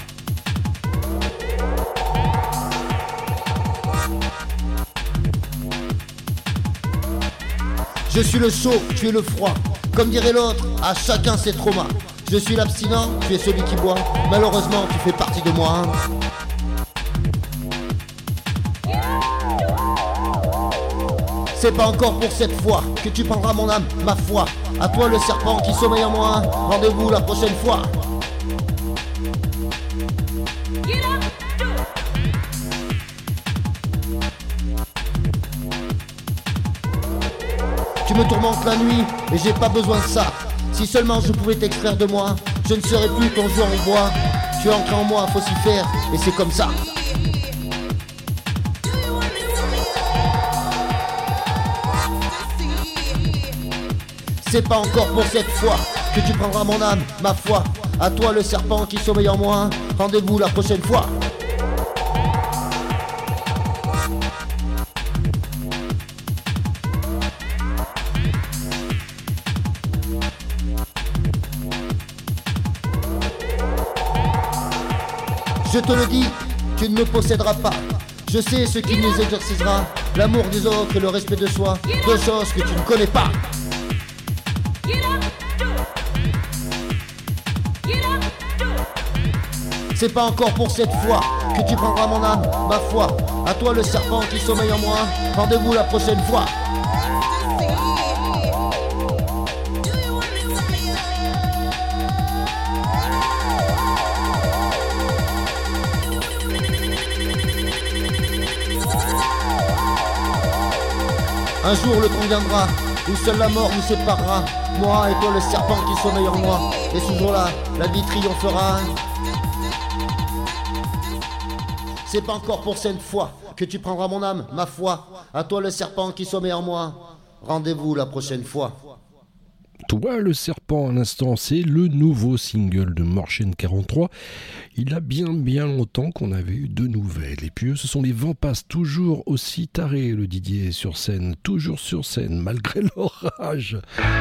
Je suis le chaud, tu es le froid. Comme dirait l'autre, à chacun ses traumas. Je suis l'abstinent, tu es celui qui boit. Malheureusement, tu fais partie de moi. C'est pas encore pour cette fois que tu prendras mon âme, ma foi. À toi le serpent qui sommeille en moi. Rendez-vous la prochaine fois. Tu me tourmentes la nuit et j'ai pas besoin de ça. Si seulement je pouvais t'extraire de moi, je ne serais plus ton joueur en bois. Tu es ancré en moi, faut s'y faire, et c'est comme ça. C'est pas encore pour cette fois que tu prendras mon âme, ma foi. À toi le serpent qui sommeille en moi. Rendez-vous la prochaine fois. Je te le dis, tu ne me posséderas pas. Je sais ce qui nous exorcisera, l'amour des autres et le respect de soi, deux choses que tu ne connais pas. C'est pas encore pour cette fois que tu prendras mon âme, ma foi. À toi le serpent qui sommeille en moi, rendez-vous la prochaine fois. Un jour le temps viendra où seule la mort nous séparera, moi et toi le serpent qui sommeille en moi. Et ce jour-là, la vie triomphera. C'est pas encore pour cette fois que tu prendras mon âme, ma foi. À toi le serpent qui sommeille en moi. Rendez-vous la prochaine fois. Toi le serpent, à l'instant, c'est le nouveau single de Morchen quarante-trois. Il a bien bien longtemps qu'on avait eu de nouvelles. Et puis eux, ce sont les vents passent, toujours aussi tarés, le Didier sur scène, toujours sur scène, malgré l'orage.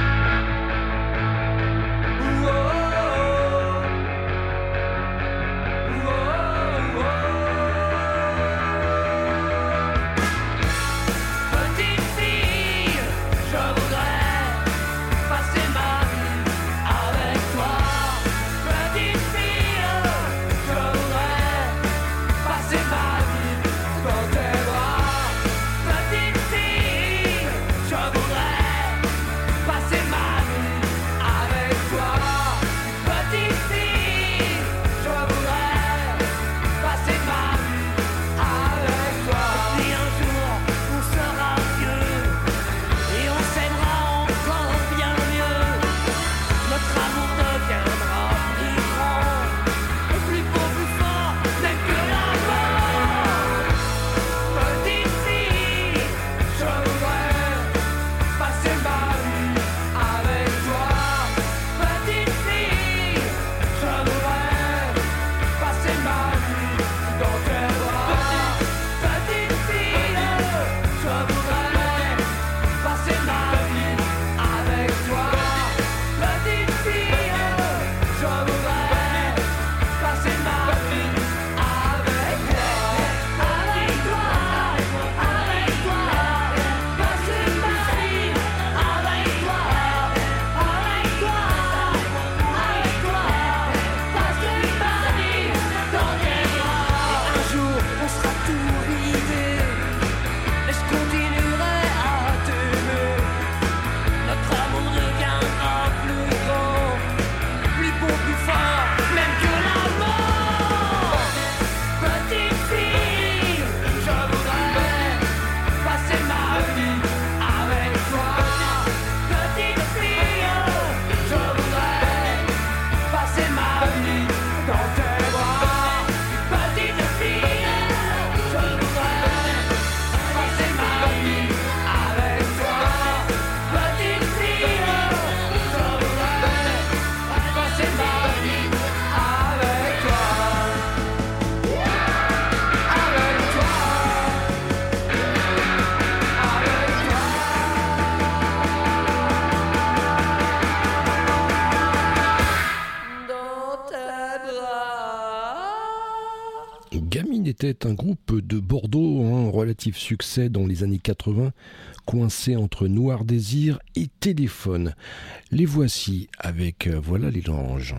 Était un groupe de Bordeaux, un relatif succès dans les années quatre-vingts, coincé entre Noir Désir et Téléphone. Les voici avec euh, Voilà les Langes.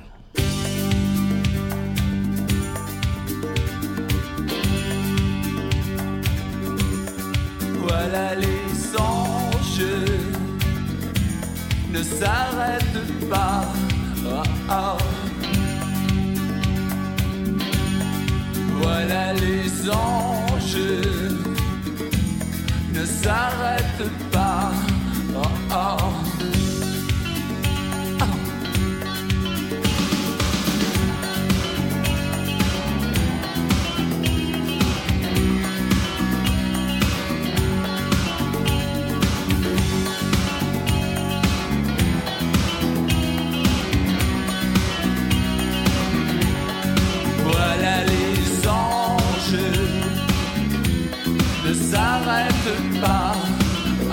Voilà les anges ne s'arrêtent pas. Oh, oh. Voilà les anges ne s'arrêtent pas. Oh, oh. Ne s'arrête pas.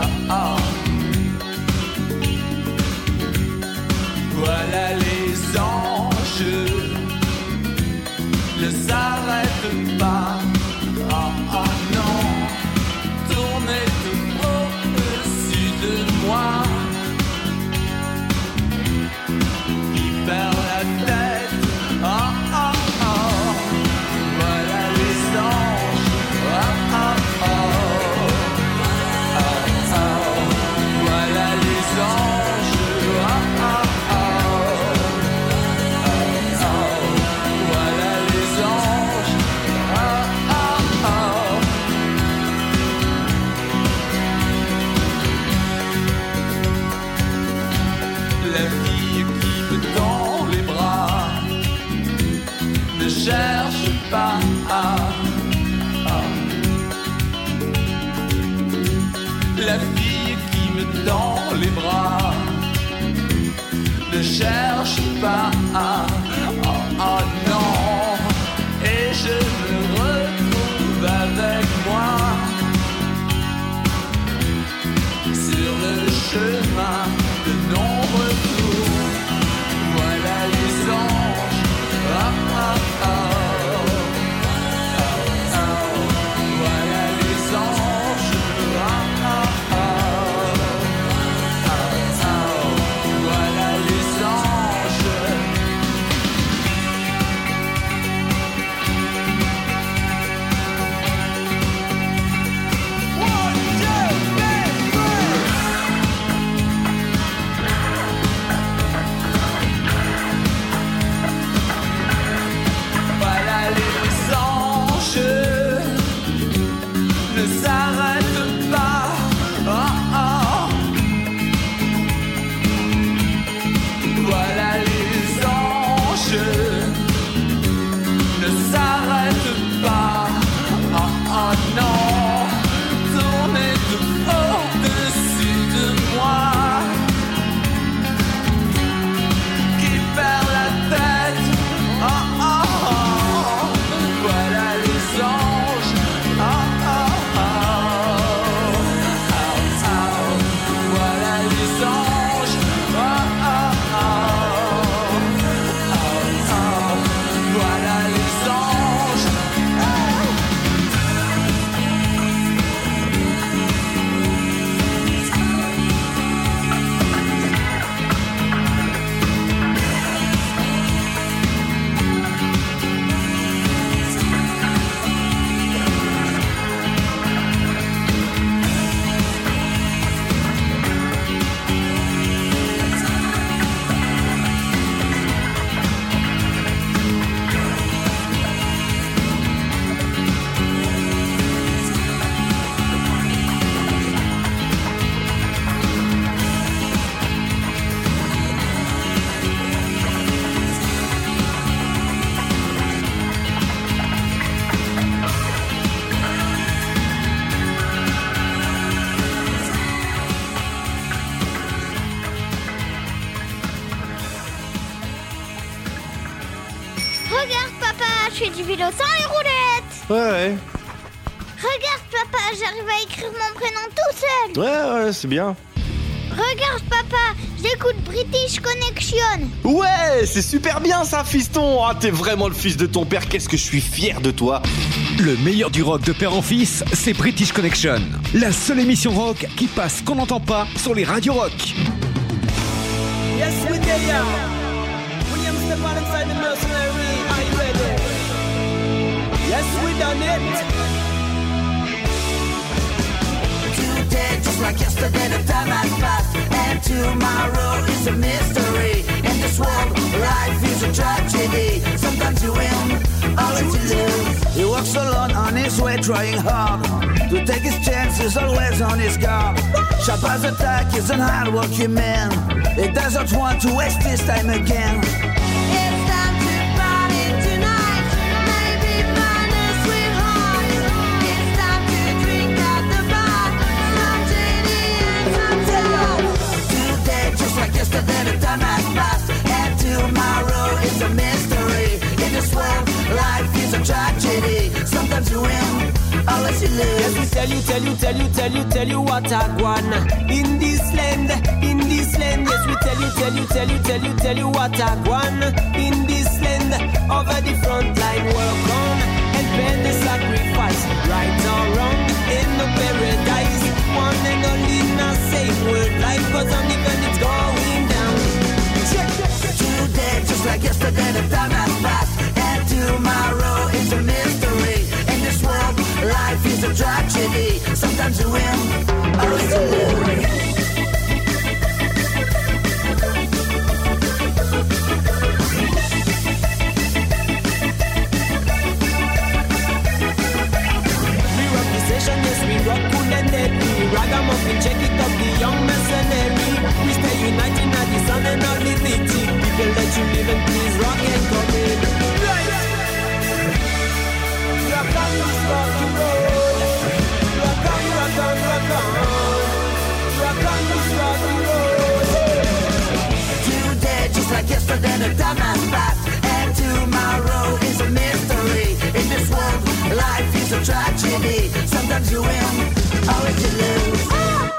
dans les bras. Ne cherche pas, oh, oh non. Et je me retrouve avec moi sur le chemin de non-retour. Voilà les anges, ah ah ah. vélo sans les roulettes. Ouais, ouais. Regarde, papa, j'arrive à écrire mon prénom tout seul. Ouais, ouais, c'est bien. Regarde, papa, j'écoute British Connection. Ouais, c'est super bien ça, fiston. Ah, t'es vraiment le fils de ton père, qu'est-ce que je suis fier de toi. Le meilleur du rock de père en fils, c'est British Connection. La seule émission rock qui passe qu'on n'entend pas sur les radios rock. Yes, we get ya. William step on inside the mercenary. Are you ready? Yes, we done it. Today, just like yesterday, the time has passed, and tomorrow is a mystery. In this world, life is a tragedy. Sometimes you win, always you lose. He walks alone on his way, trying hard to take his chances, always on his guard. Sharp as attack is an hard-working man. He doesn't want to waste his time again. It's time to party tonight. Maybe find a sweetheart. It's time to drink at the bar. Some genie and some tea. Today, just like yesterday, the time has passed, and tomorrow is a mystery. In this world, life is a tragedy. Sometimes you win, always you lose. Yes, we tell you, tell you, tell you, tell you, tell you what I want. In this land, in this land. Yes, we tell you, tell you, tell you, tell you, tell you what I want. In this land, over the front line, work on and pay the sacrifice. Right or wrong, in the paradise. One and only in a safe world. Life goes on even it's going down. Check, check, check. Today, just like yesterday, the time has passed, and tomorrow is a mystery. In this world, life is a tragedy. Sometimes you win, always you lose. Sometimes you win, always you lose.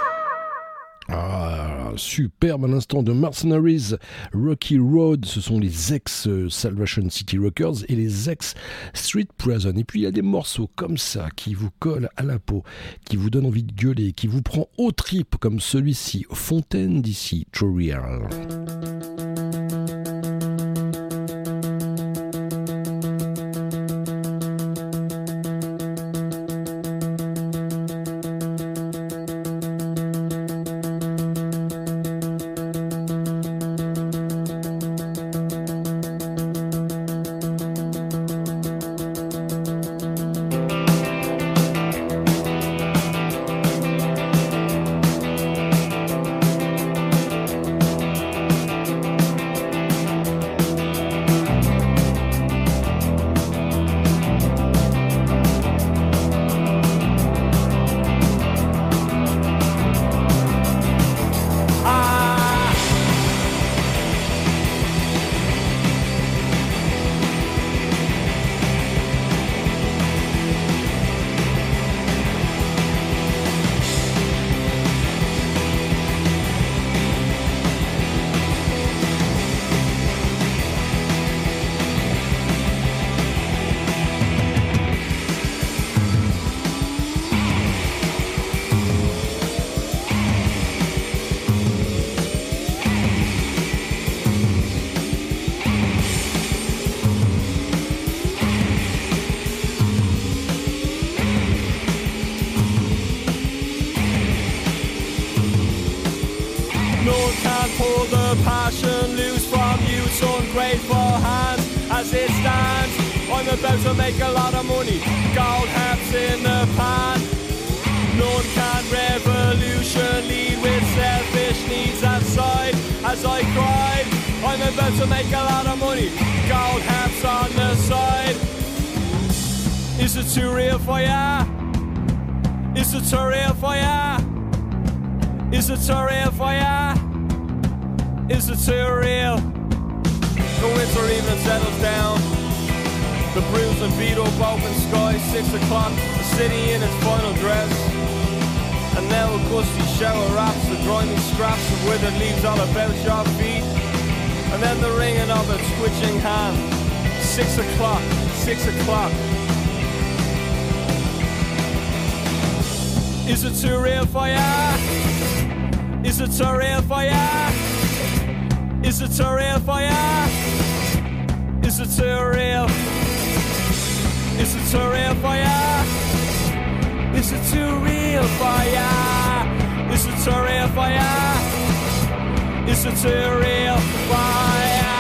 Ah, superbe un instant de Mercenaries, Rocky Road, ce sont les ex-Salvation City Rockers et les ex-Street Prison. Et puis il y a des morceaux comme ça qui vous collent à la peau, qui vous donnent envie de gueuler, qui vous prend aux tripes comme celui-ci, Fontaine D C, True Real. Passion loose from you, it's ungrateful hands. As it stands, I'm about to make a lot of money. Gold hats in the pan. None can revolution lead with selfish needs outside. As I cried, I'm about to make a lot of money. Gold hats on the side. Is it too real for ya? Is it too real for ya? Is it too real for ya? Is it too real? The winter evening settles down. The bruised and beat up open sky. Six o'clock, the city in its final dress. And now a gusty shower wraps the grimy scraps of withered leaves all about your feet. And then the ringing of a twitching hand. Six o'clock, six o'clock. Is it too real for ya? Is it too real for ya? Is it too real for ya? Is it too real? Is it too real for ya? Is it too real for ya? Is it too real for ya? Is it too real for ya?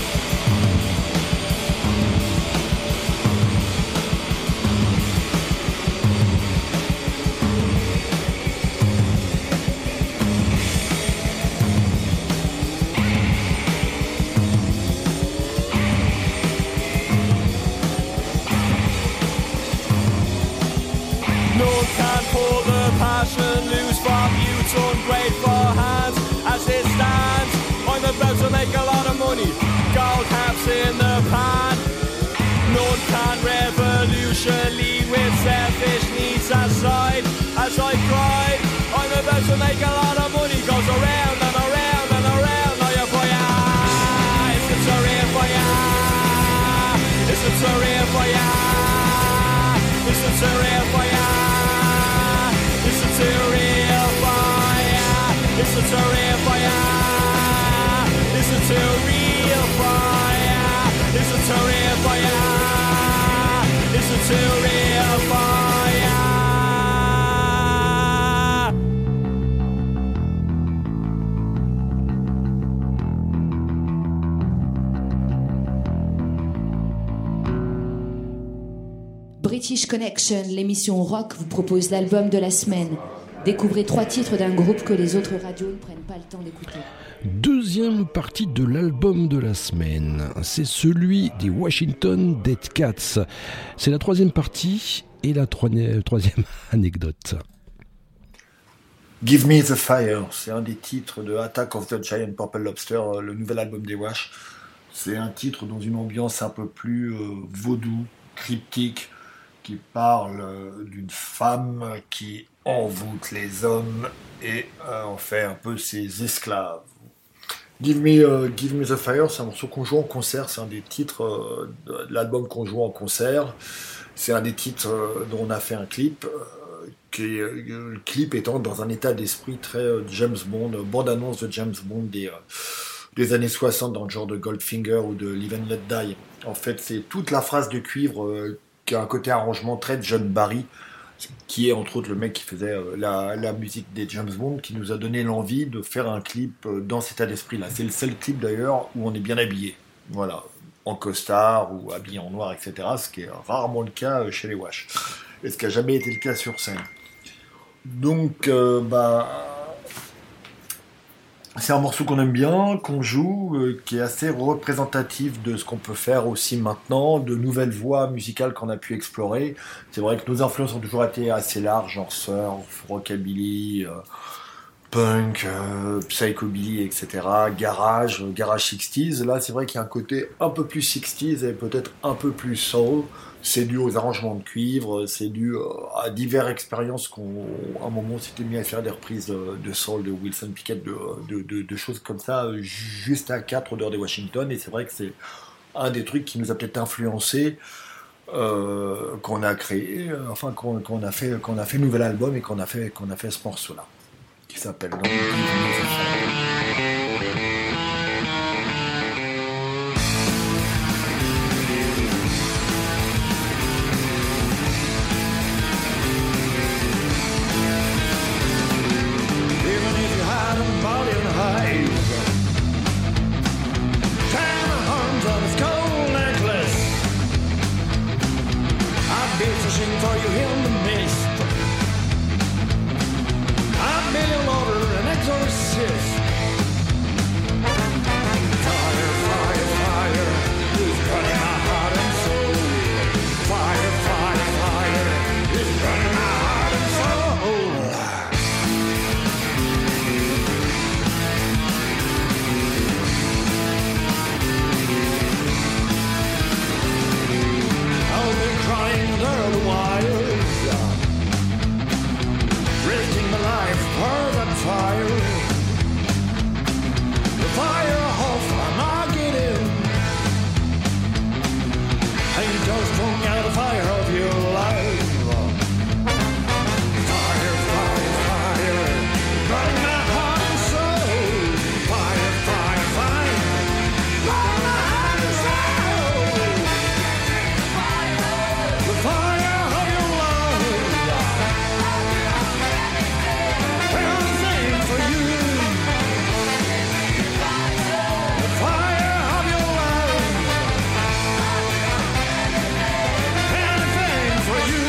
Passion loose from youth's ungrateful hands. As it stands, I'm about to make a lot of money. Gold caps in the pan. None can revolution lead with selfish needs aside. As I cried, I'm about to make a lot of money. Goes around and around and around. Now you're for ya. Is it so real for ya? Is it so real for ya? Is it so real for ya? Is it too real for ya? Is it too real for ya? Is it too real for ya? Is it too real for ya? Is it too real for ya? British Connection, l'émission rock, vous propose l'album de la semaine. Découvrez trois titres d'un groupe que les autres radios ne prennent pas le temps d'écouter. Deuxième partie de l'album de la semaine, c'est celui des Washington Dead Cats. C'est la troisième partie et la troisième, troisième anecdote. Give Me the Fire, c'est un des titres de Attack of the Giant Purple Lobster, le nouvel album des Wash. C'est un titre dans une ambiance un peu plus euh, vaudou, cryptique, qui parle euh, d'une femme qui envoûte les hommes et euh, en fait un peu ses esclaves. Give Me, euh, Give Me the Fire, c'est un morceau qu'on joue en concert, c'est un des titres euh, de l'album qu'on joue en concert. C'est un des titres euh, dont on a fait un clip, euh, qui, euh, le clip étant dans un état d'esprit très euh, James Bond, euh, bande-annonce de James Bond des, euh, des années soixante dans le genre de Goldfinger ou de Live and Let Die. En fait, c'est toute la phrase de cuivre euh, qui a un côté arrangement très de John Barry, qui est entre autres le mec qui faisait euh, la, la musique des James Bond, qui nous a donné l'envie de faire un clip euh, dans cet état d'esprit-là. C'est le seul clip d'ailleurs où on est bien habillé, voilà, en costard ou habillé en noir, et cetera, ce qui est rarement le cas euh, chez les Wash, et ce qui n'a jamais été le cas sur scène. Donc, euh, bah... c'est un morceau qu'on aime bien, qu'on joue, euh, qui est assez représentatif de ce qu'on peut faire aussi maintenant, de nouvelles voies musicales qu'on a pu explorer. C'est vrai que nos influences ont toujours été assez larges, genre surf, rockabilly, euh, punk, euh, psychobilly, et cetera, garage, garage soixante. Là, c'est vrai qu'il y a un côté un peu plus soixante et peut-être un peu plus soul. C'est dû aux arrangements de cuivre, c'est dû à diverses expériences qu'on, à un moment, on s'était mis à faire des reprises de, de soul, de Wilson Pickett, de, de, de, de choses comme ça, juste à quatre odeurs de Washington. Et c'est vrai que c'est un des trucs qui nous a peut-être influencé, euh, qu'on a créé, enfin qu'on, qu'on a fait, qu'on a fait le nouvel album et qu'on a fait, qu'on a fait ce morceau-là, qui s'appelle donc Give Me the Fire. For you in the mist, I've been your lover, an exorcist. Fire, fire, fire, is burning my heart and soul. Fire, fire, fire, is burning my heart and soul. I'll be crying there the wires, risking my life for that fire. The fire of an Armageddon, and you just bring out the fire of your life. Fire, fire, fire, burning my heart and soul. Fire, fire, fire, burning my heart and soul. The fire of your love, everything for you. The fire of your love, anything for you.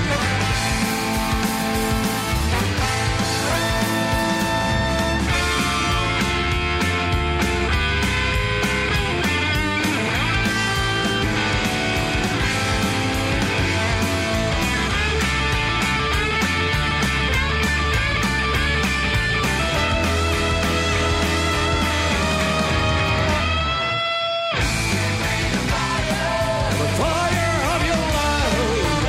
The fire of your love,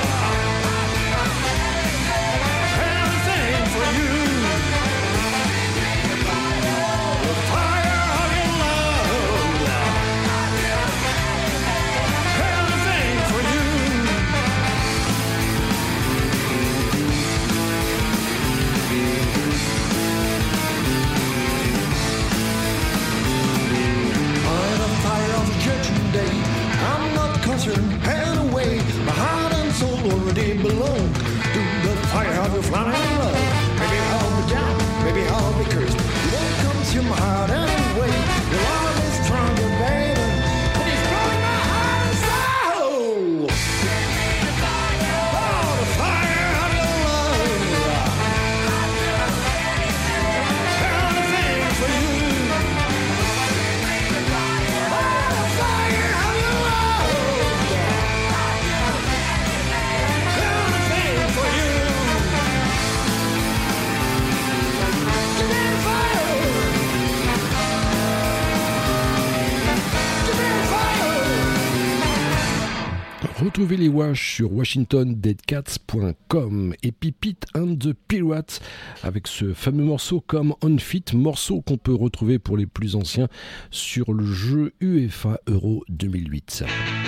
everything for you. The fire of your love, everything for you. By the fire of the judgment day, I'm not concerned anyway. My heart and soul already belong to the fire of your flaming love. Maybe I'll be down, maybe I'll be cursed. You won't consume my heart anyway. Your love is stronger, baby, and it's burning my heart and soul. Oh, the fire of your love, everything for you. Oh, the fire of your love, everything for you. Retrouvez les Wash sur washington dead cats point com et Pipit and the Pirates avec ce fameux morceau comme Unfit, morceau qu'on peut retrouver pour les plus anciens sur le jeu UEFA Euro deux mille huit.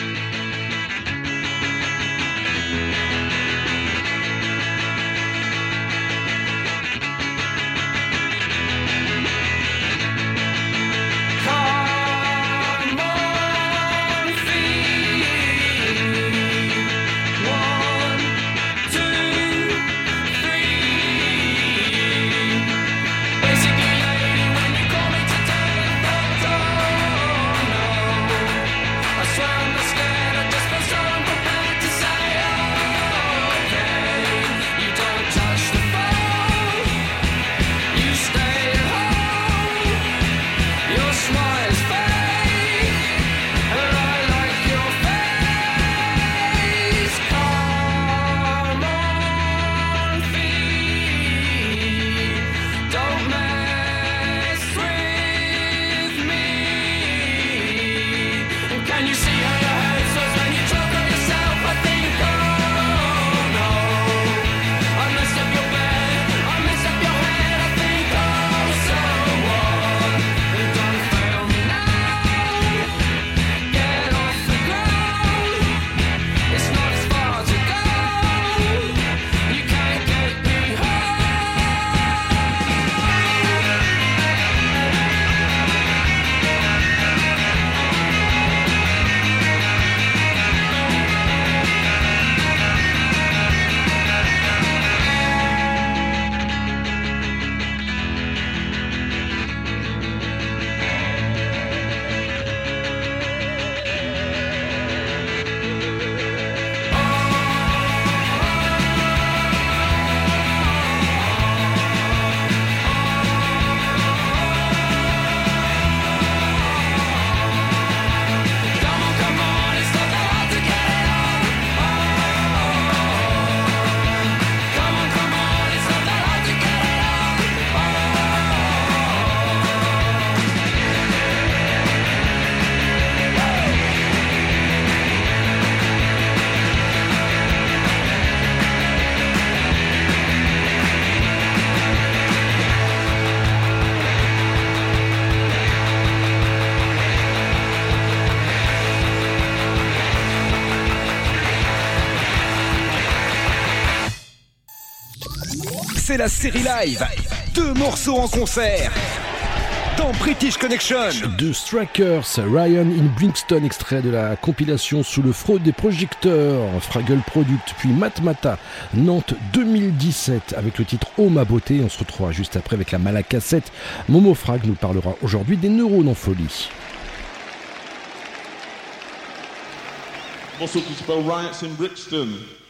C'est la série live. Deux morceaux en concert. Dans British Connection. The Strikers, Ryan in Brixton, extrait de la compilation Sous le fraude des projecteurs, Fraggle Product, puis Matmata, Nantes deux mille dix-sept, avec le titre Oh ma beauté. On se retrouvera juste après avec la Malacassette. Momo Frag nous parlera aujourd'hui des neurones en folie. Morceau qui s'appelle Riots in Brixton.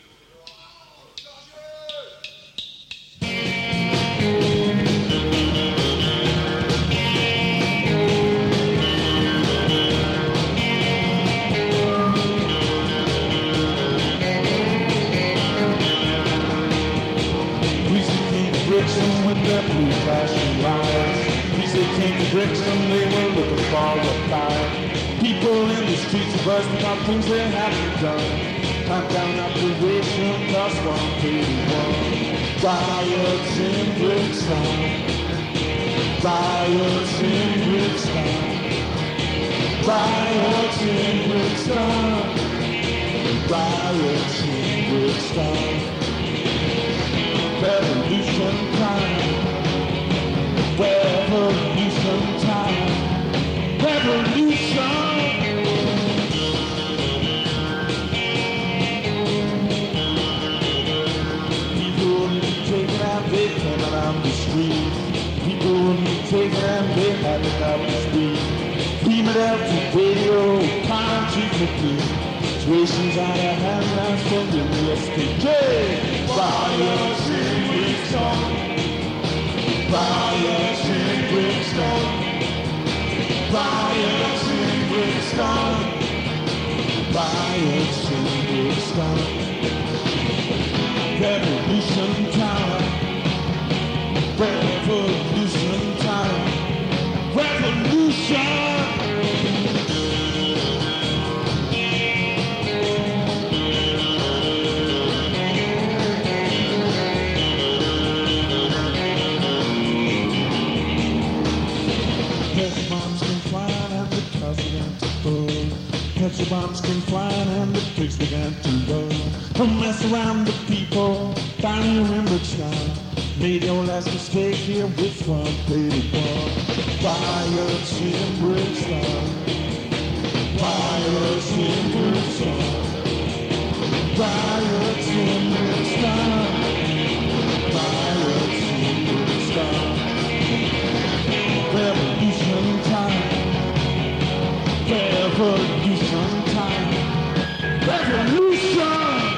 Brixton, they were looking for a fire. People in the streets of us about things they haven't done. Time down operation, plus one thirty-one. Riots in Brixton. Riots in Brixton. Riots in Brixton. Riots in Brixton. Revolution time. Revolution time. Revolution. People taking out they coming out the street. People taking out they having out the street. Beam it out to radio, time to quickly. Situations out of hand now spending yesterday. Riots in Brixton. Riots in Brixton. Riots in Brixton. Riots in Brixton. Revolution time. Revolution time. Revolution. bombs came flying and the pigs began to run. Don't mess around with people, find your remembered style. Made your last mistake here with one baby boy. Riots in Brixton, riots in Brixton, riots in Brixton, riots in Brixton. Revolution time, revolution time, revolution.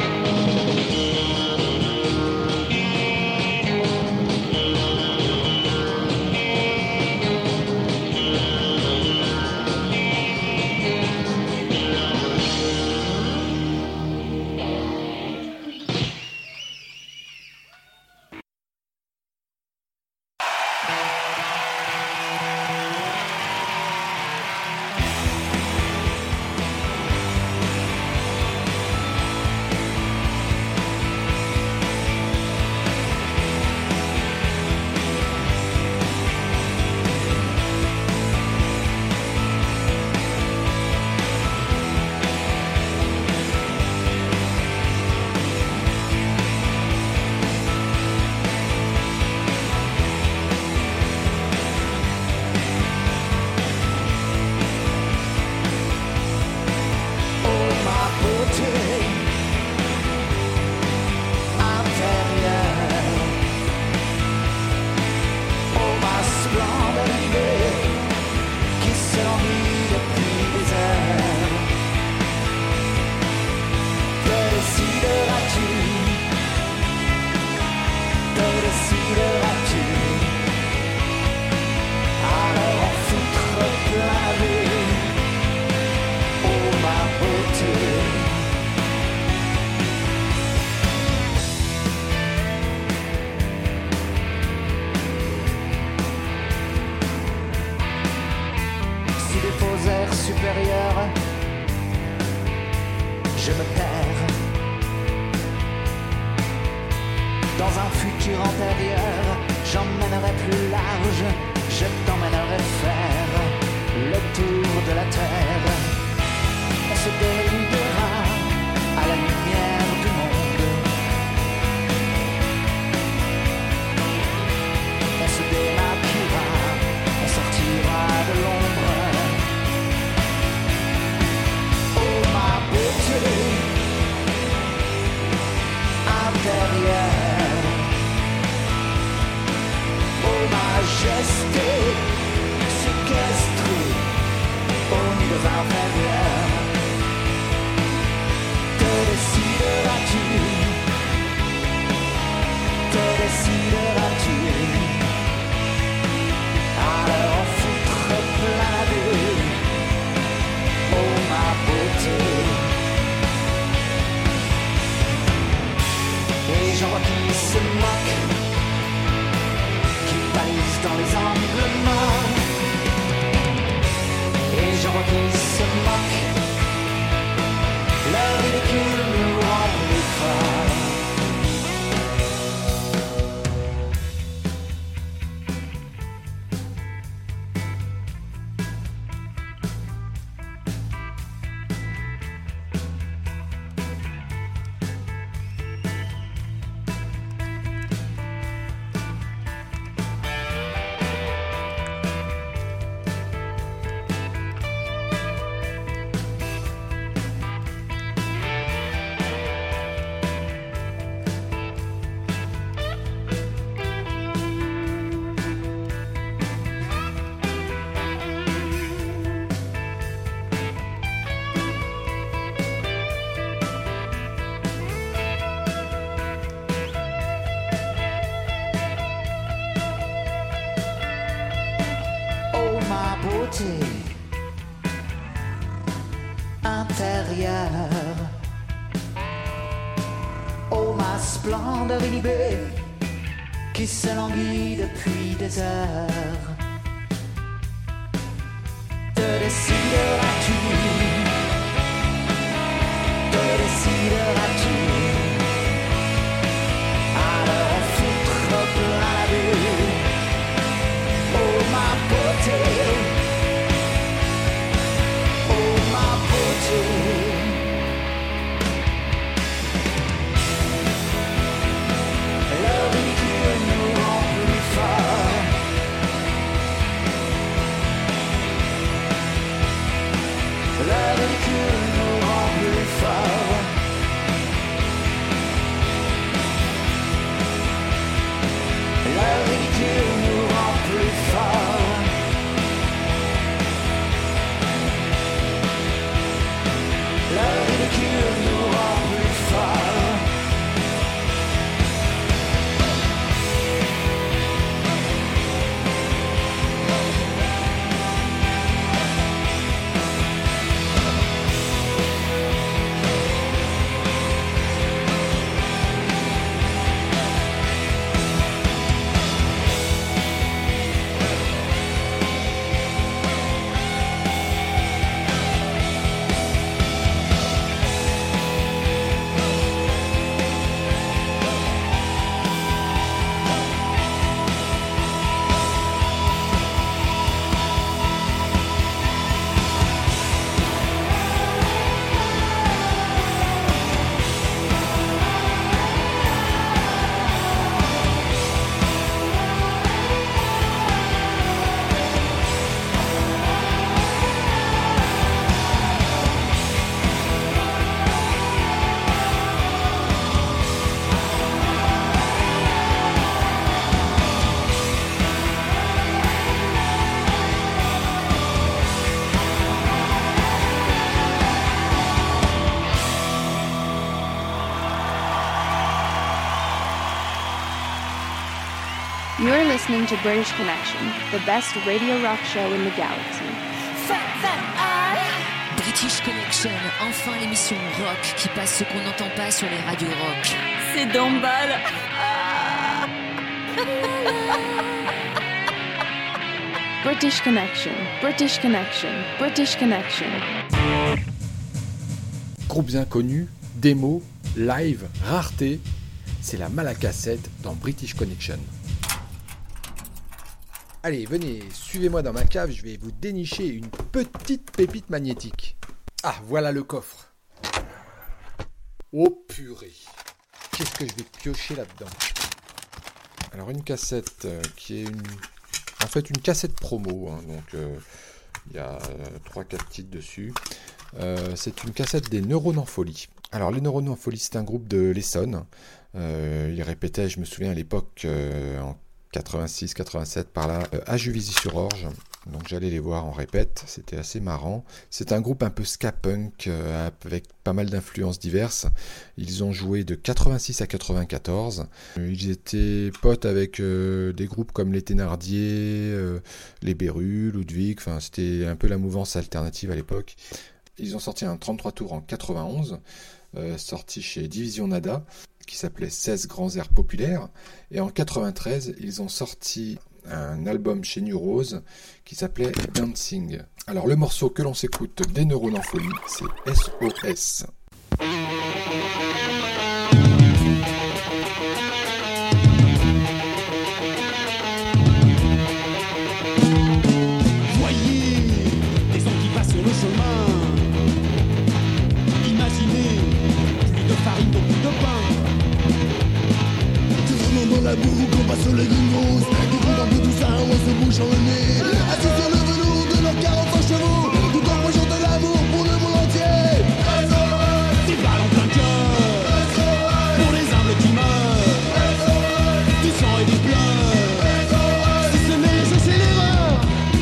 Je me perds dans un futur antérieur. J'emmènerai plus large, je t'emmènerai faire le tour de la terre. On se déroulera à la lumière du monde. On se démaquillera, on sortira de l'ombre. Oh ma beauté intérieure, oh majesté séquestrée aux niveaux inférieurs. Te décideras-tu, te décideras-tu à leur foutre plein la vue, oh ma beauté. Et j'en vois qui se moquent, qui balisent dans les angles morts. Et j'en vois qui se moquent, leur ridicule nous rend plus forts. Intérieure, oh ma splendeur inhibée qui s'élanguit depuis des heures. Te décideras-tu, te décideras-tu à leur foutre plein la vue, oh ma beauté. Oh, my beauty. You're listening to British Connection, the best radio rock show in the galaxy. British Connection, enfin l'émission rock qui passe ce qu'on n'entend pas sur les radios rock. C'est d'emballe. British Connection, British Connection, British Connection. Groupes inconnus, démos, live, rareté, c'est la Malacassette dans British Connection. Allez, venez, suivez-moi dans ma cave, je vais vous dénicher une petite pépite magnétique. Ah, voilà le coffre. Oh purée, qu'est-ce que je vais piocher là-dedans? Alors une cassette euh, qui est une... en fait une cassette promo, hein, donc il euh, y a trois quatre titres dessus. Euh, c'est une cassette des Neurones en Folie. Alors les Neurones en Folie, c'est un groupe de l'Essonne. Euh, ils répétaient, je me souviens à l'époque, euh, en quatre-vingt-six quatre-vingt-sept par là, euh, à Juvisy-sur-Orge. Donc j'allais les voir en répète, c'était assez marrant. C'est un groupe un peu ska punk euh, avec pas mal d'influences diverses. Ils ont joué de quatre-vingt-six à quatre-vingt-quatorze. Euh, ils étaient potes avec euh, des groupes comme les Thénardier, euh, les Berus, Ludwig, enfin c'était un peu la mouvance alternative à l'époque. Ils ont sorti un trente-trois tours en quatre-vingt-onze, euh, sorti chez Division Nada, qui s'appelait seize grands airs populaires. Et en quatre-vingt-treize, ils ont sorti un album chez New Rose qui s'appelait Dancing. Alors le morceau que l'on s'écoute des Neurones en Folie, c'est S O S. Voyez des gens qui passent sur le chemin. Imaginez plus de farine, beaucoup de pain. C'est vraiment dans la boue qu'on passe sur les gringos. Découvre un peu tout ça, on se bouche en le nez. Assis sur le velours de leurs quarante-cinq chevaux, tout en projetant de l'amour pour le monde entier. Des balles en plein cœur pour les humbles qui meurent. Du sang et des pleurs. Si ce n'est je c'est l'erreur.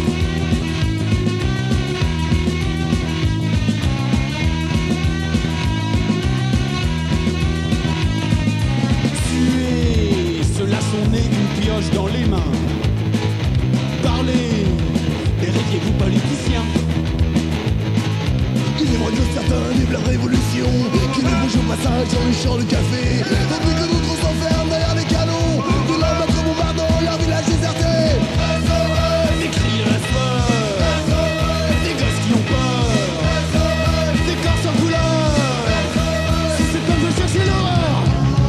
Suer, cela sont nés d'une pioche dans les mains. Parlez, vérifiez-vous politiciens. Il est moins de certains vivent la révolution, qui débouche au passage dans les champs de café, tandis que d'autres s'enferment derrière les canons, de leur mettre bombardant leur village déserté. Des cris de la sueur, des gosses qui ont peur, des corps sans couleur. Si c'est comme je cherchais l'horreur.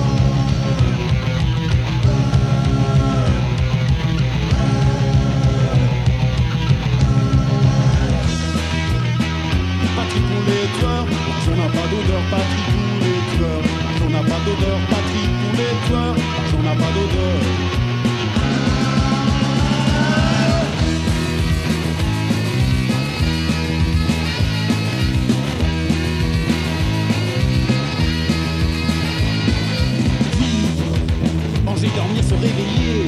Patrie pour les tueurs, l'argent n'a pas d'odeur. Patrie pour les tueurs, l'argent n'a pas d'odeur. Patrie pour les tueurs, l'argent n'a pas d'odeur. Vivre, manger, dormir, se réveiller.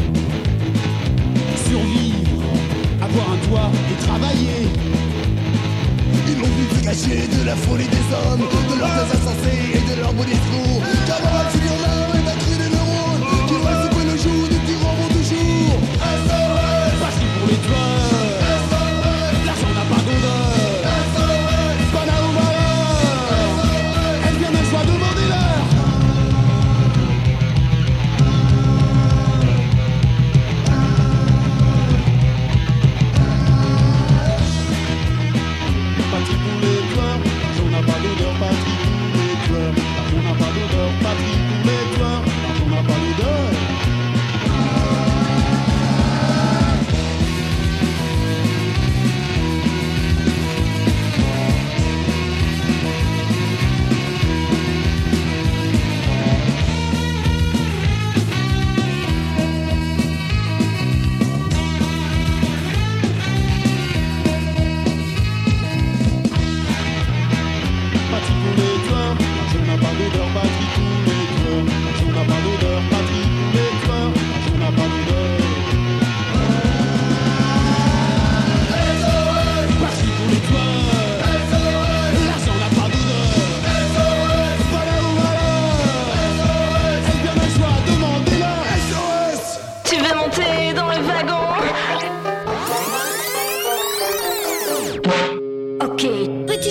Survivre, avoir un toit et travailler. Ils m'ont vu se cacher de la folie des hommes, de leurs thèses insensées et de leurs beaux discours. Car leur âme finit en larmes et batterie des neurones, qui doivent secouer le joug des tyrans vont toujours. Patrie pour les tueurs, l'argent n'a pas d'odeur. Pas là où malheur, elle vient d'un choix, demandez-leur. Patrie pour les tueurs, l'argent n'a pas d'odeur. Patrie pour les tueurs, l'argent n'a pas d'odeur. Patrie pour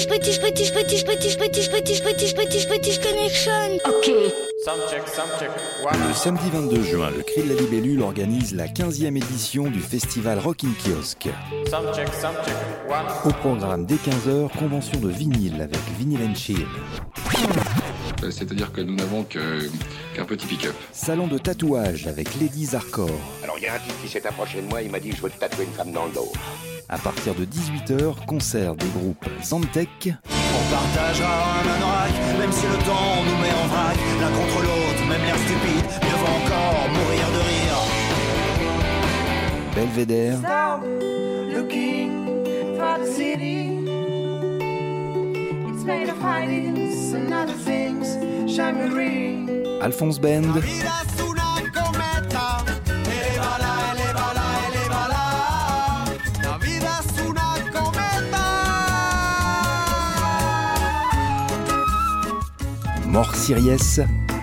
British, British, British, British, British, British, British, British, British, British Connection. Ok. Soundcheck, soundcheck. One. Le samedi vingt-deux juin, le Cri de la Libellule organise la quinzième édition du festival Rock in Kiosque. Soundcheck, soundcheck. One. Au programme dès quinze heures, convention de vinyle avec Vinyl and Chill. C'est-à-dire que nous n'avons que, qu'un petit pick-up. Salon de tatouage avec Ladies Hardcore. Alors il y a un type qui s'est approché de moi, il m'a dit je veux te tatouer une femme dans le dos. À partir de dix-huit heures, concert des groupes Zantec. On partagera un anorak, même si le temps nous met en vrac. L'un contre l'autre, même l'air stupide, mieux vaut encore mourir de rire. Belvédère. Looking for the city. It's made of hidings and other things, shimmering. Alphonse Band. Mort Sirius.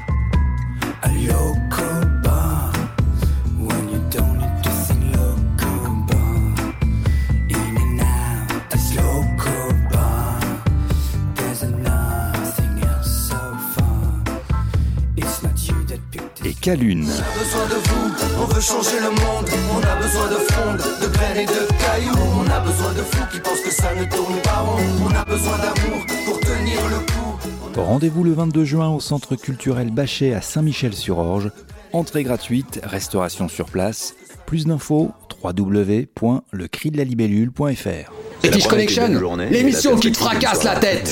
Et Calune. On a besoin de vous, on veut changer le monde. On a besoin de fronde, de graines et de cailloux. On a besoin de fous qui pensent que ça ne tourne pas rond. On a besoin d'amour pour tenir le coup. Rendez-vous le vingt-deux juin au Centre culturel Bachet à Saint-Michel-sur-Orge. Entrée gratuite, restauration sur place. Plus d'infos, w w w point le cri de la libellule point f r. British Connection, l'émission qui te fracasse la tête.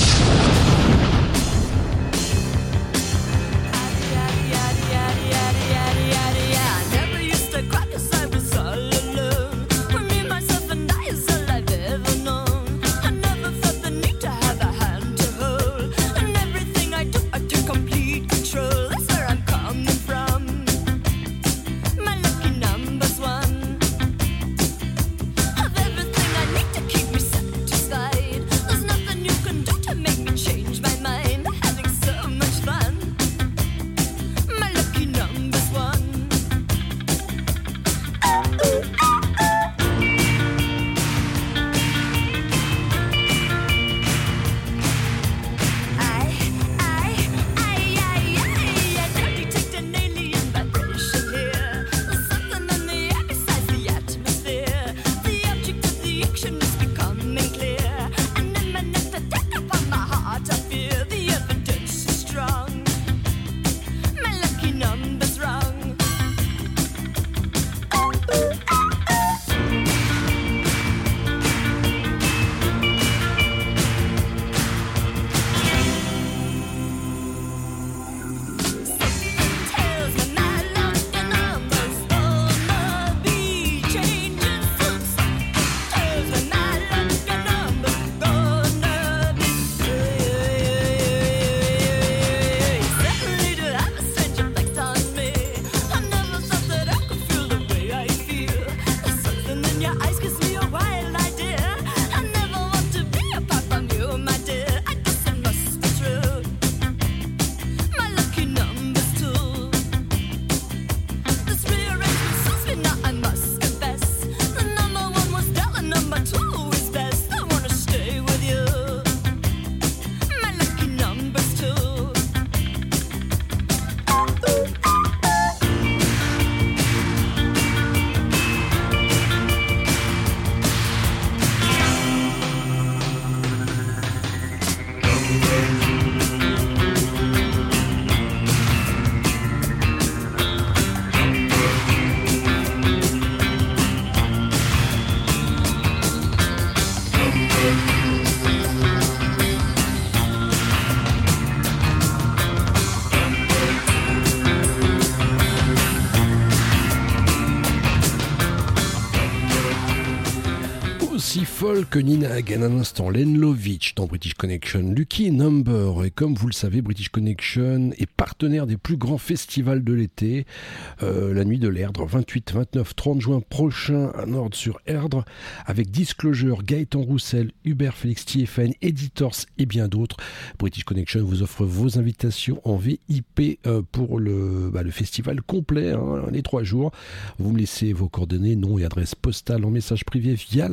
Folk, Nina Hagen, un instant, Len Lovitch dans British Connection, Lucky Number, et comme vous le savez, British Connection est partenaire des plus grands festivals de l'été, euh, la nuit de l'Erdre, vingt-huit, vingt-neuf, trente juin prochain à Nord-sur-Erdre, avec Disclosure, Gaëtan Roussel, Hubert Félix Thiéphane, Editors et bien d'autres. British Connection vous offre vos invitations en V I P euh, pour le, bah, le festival complet, hein, les trois jours. Vous me laissez vos coordonnées, nom et adresse postale en message privé via la page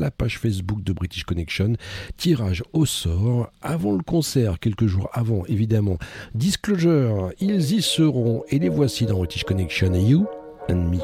Facebook de British Connection. Tirage au sort avant le concert, quelques jours avant évidemment. Disclosure, ils y seront et les voici dans British Connection, You and Me.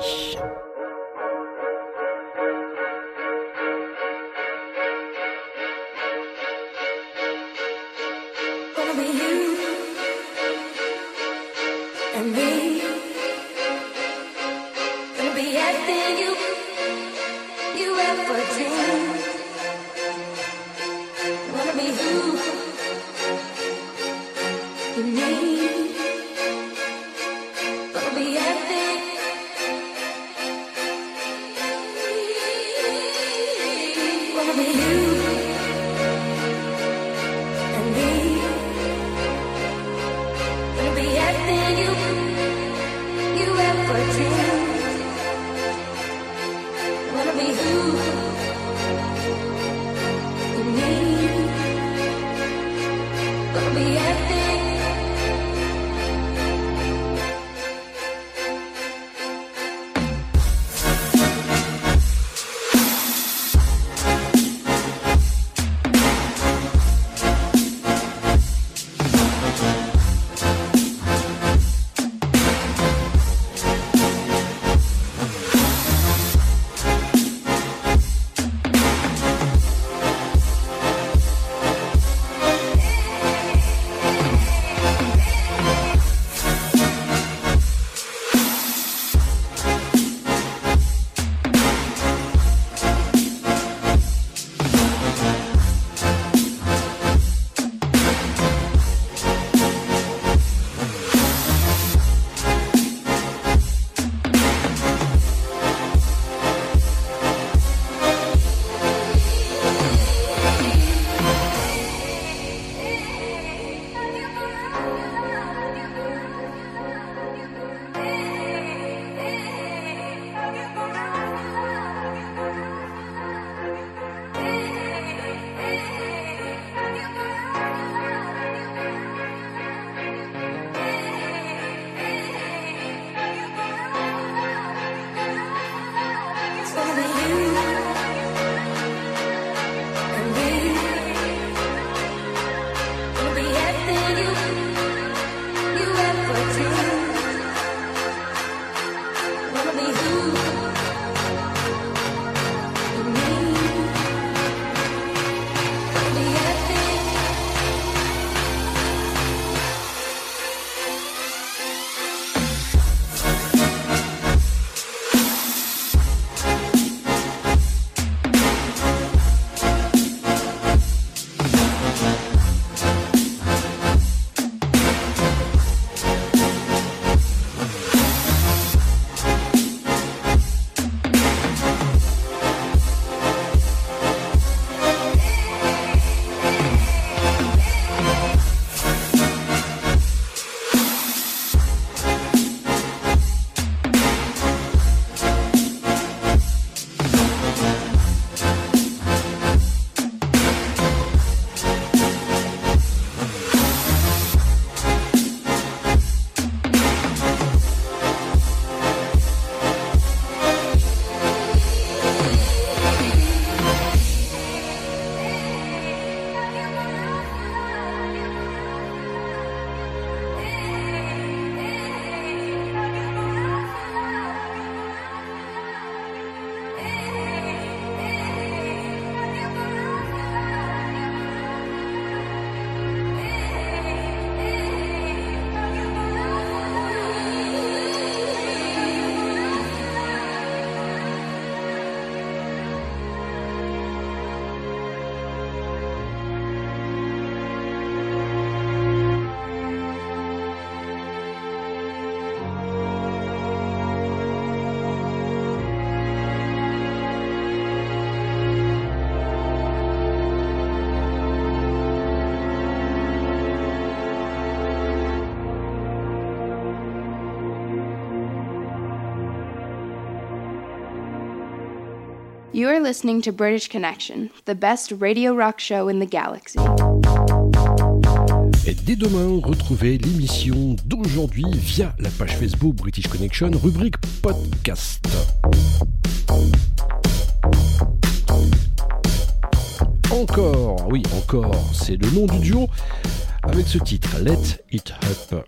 You are listening to British Connection, the best radio rock show in the galaxy. Et dès demain, retrouvez l'émission d'aujourd'hui via la page Facebook British Connection, rubrique podcast. encore, oui encore, c'est le nom du duo avec ce titre, Let It Up.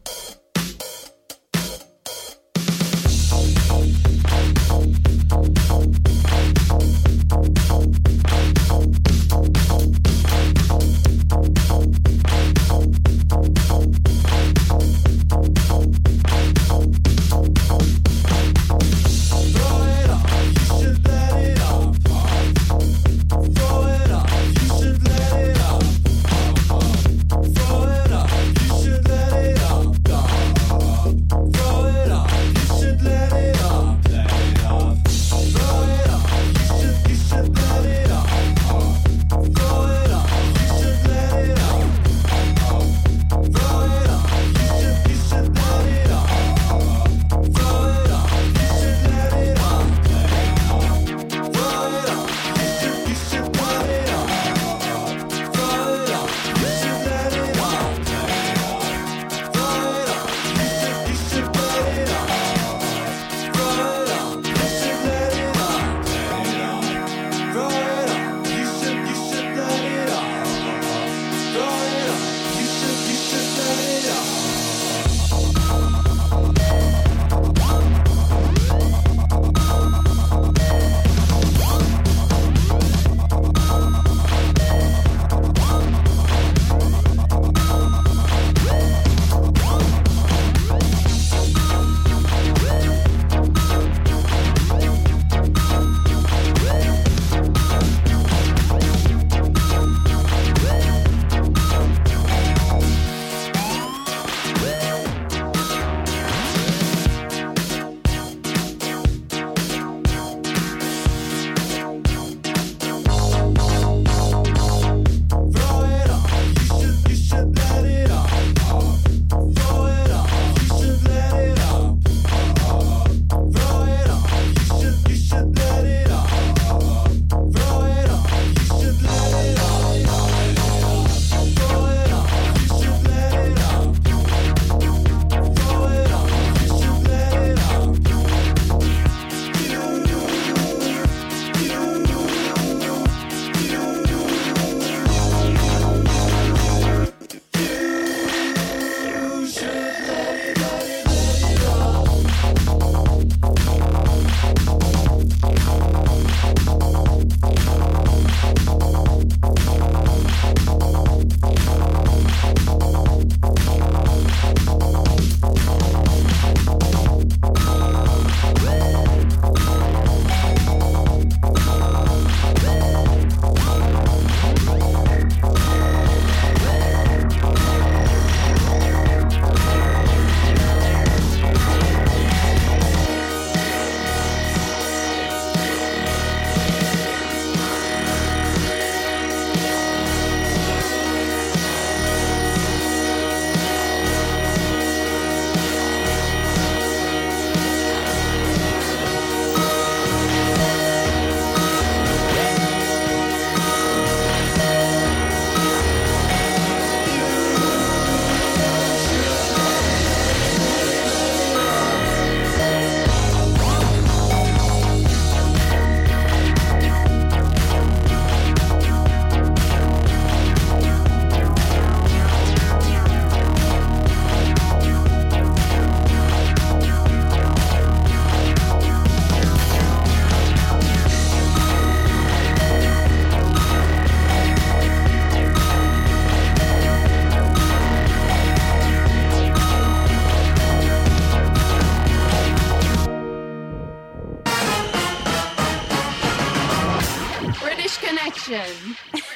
Connection.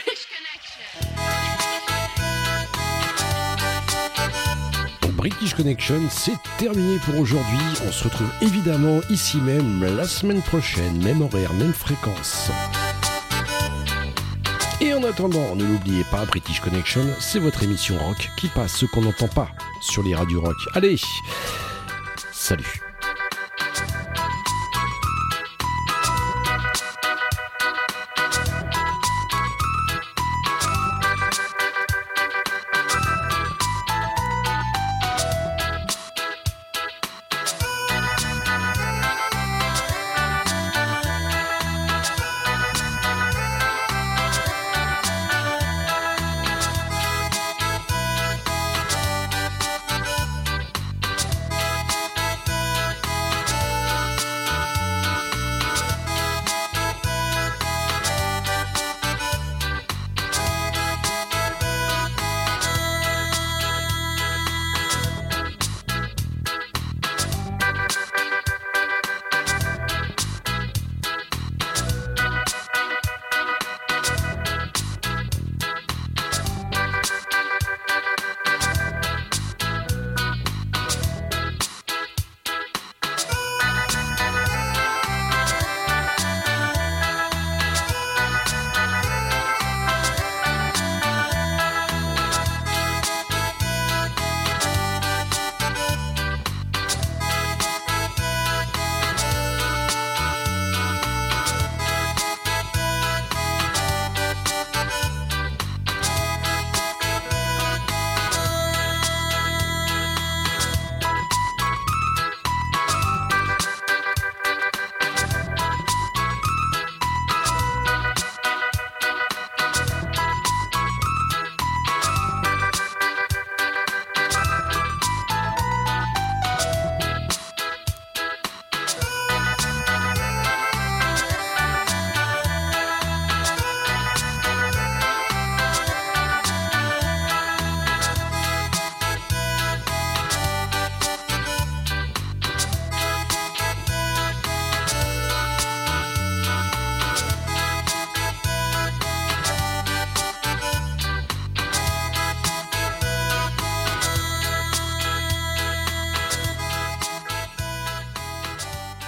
British Connection, c'est terminé pour aujourd'hui. On se retrouve évidemment ici même la semaine prochaine, même horaire, même fréquence. Et en attendant, ne l'oubliez pas, British Connection, c'est votre émission rock qui passe ce qu'on n'entend pas sur les radios rock. Allez, salut.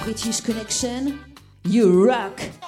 British Connection, you rock!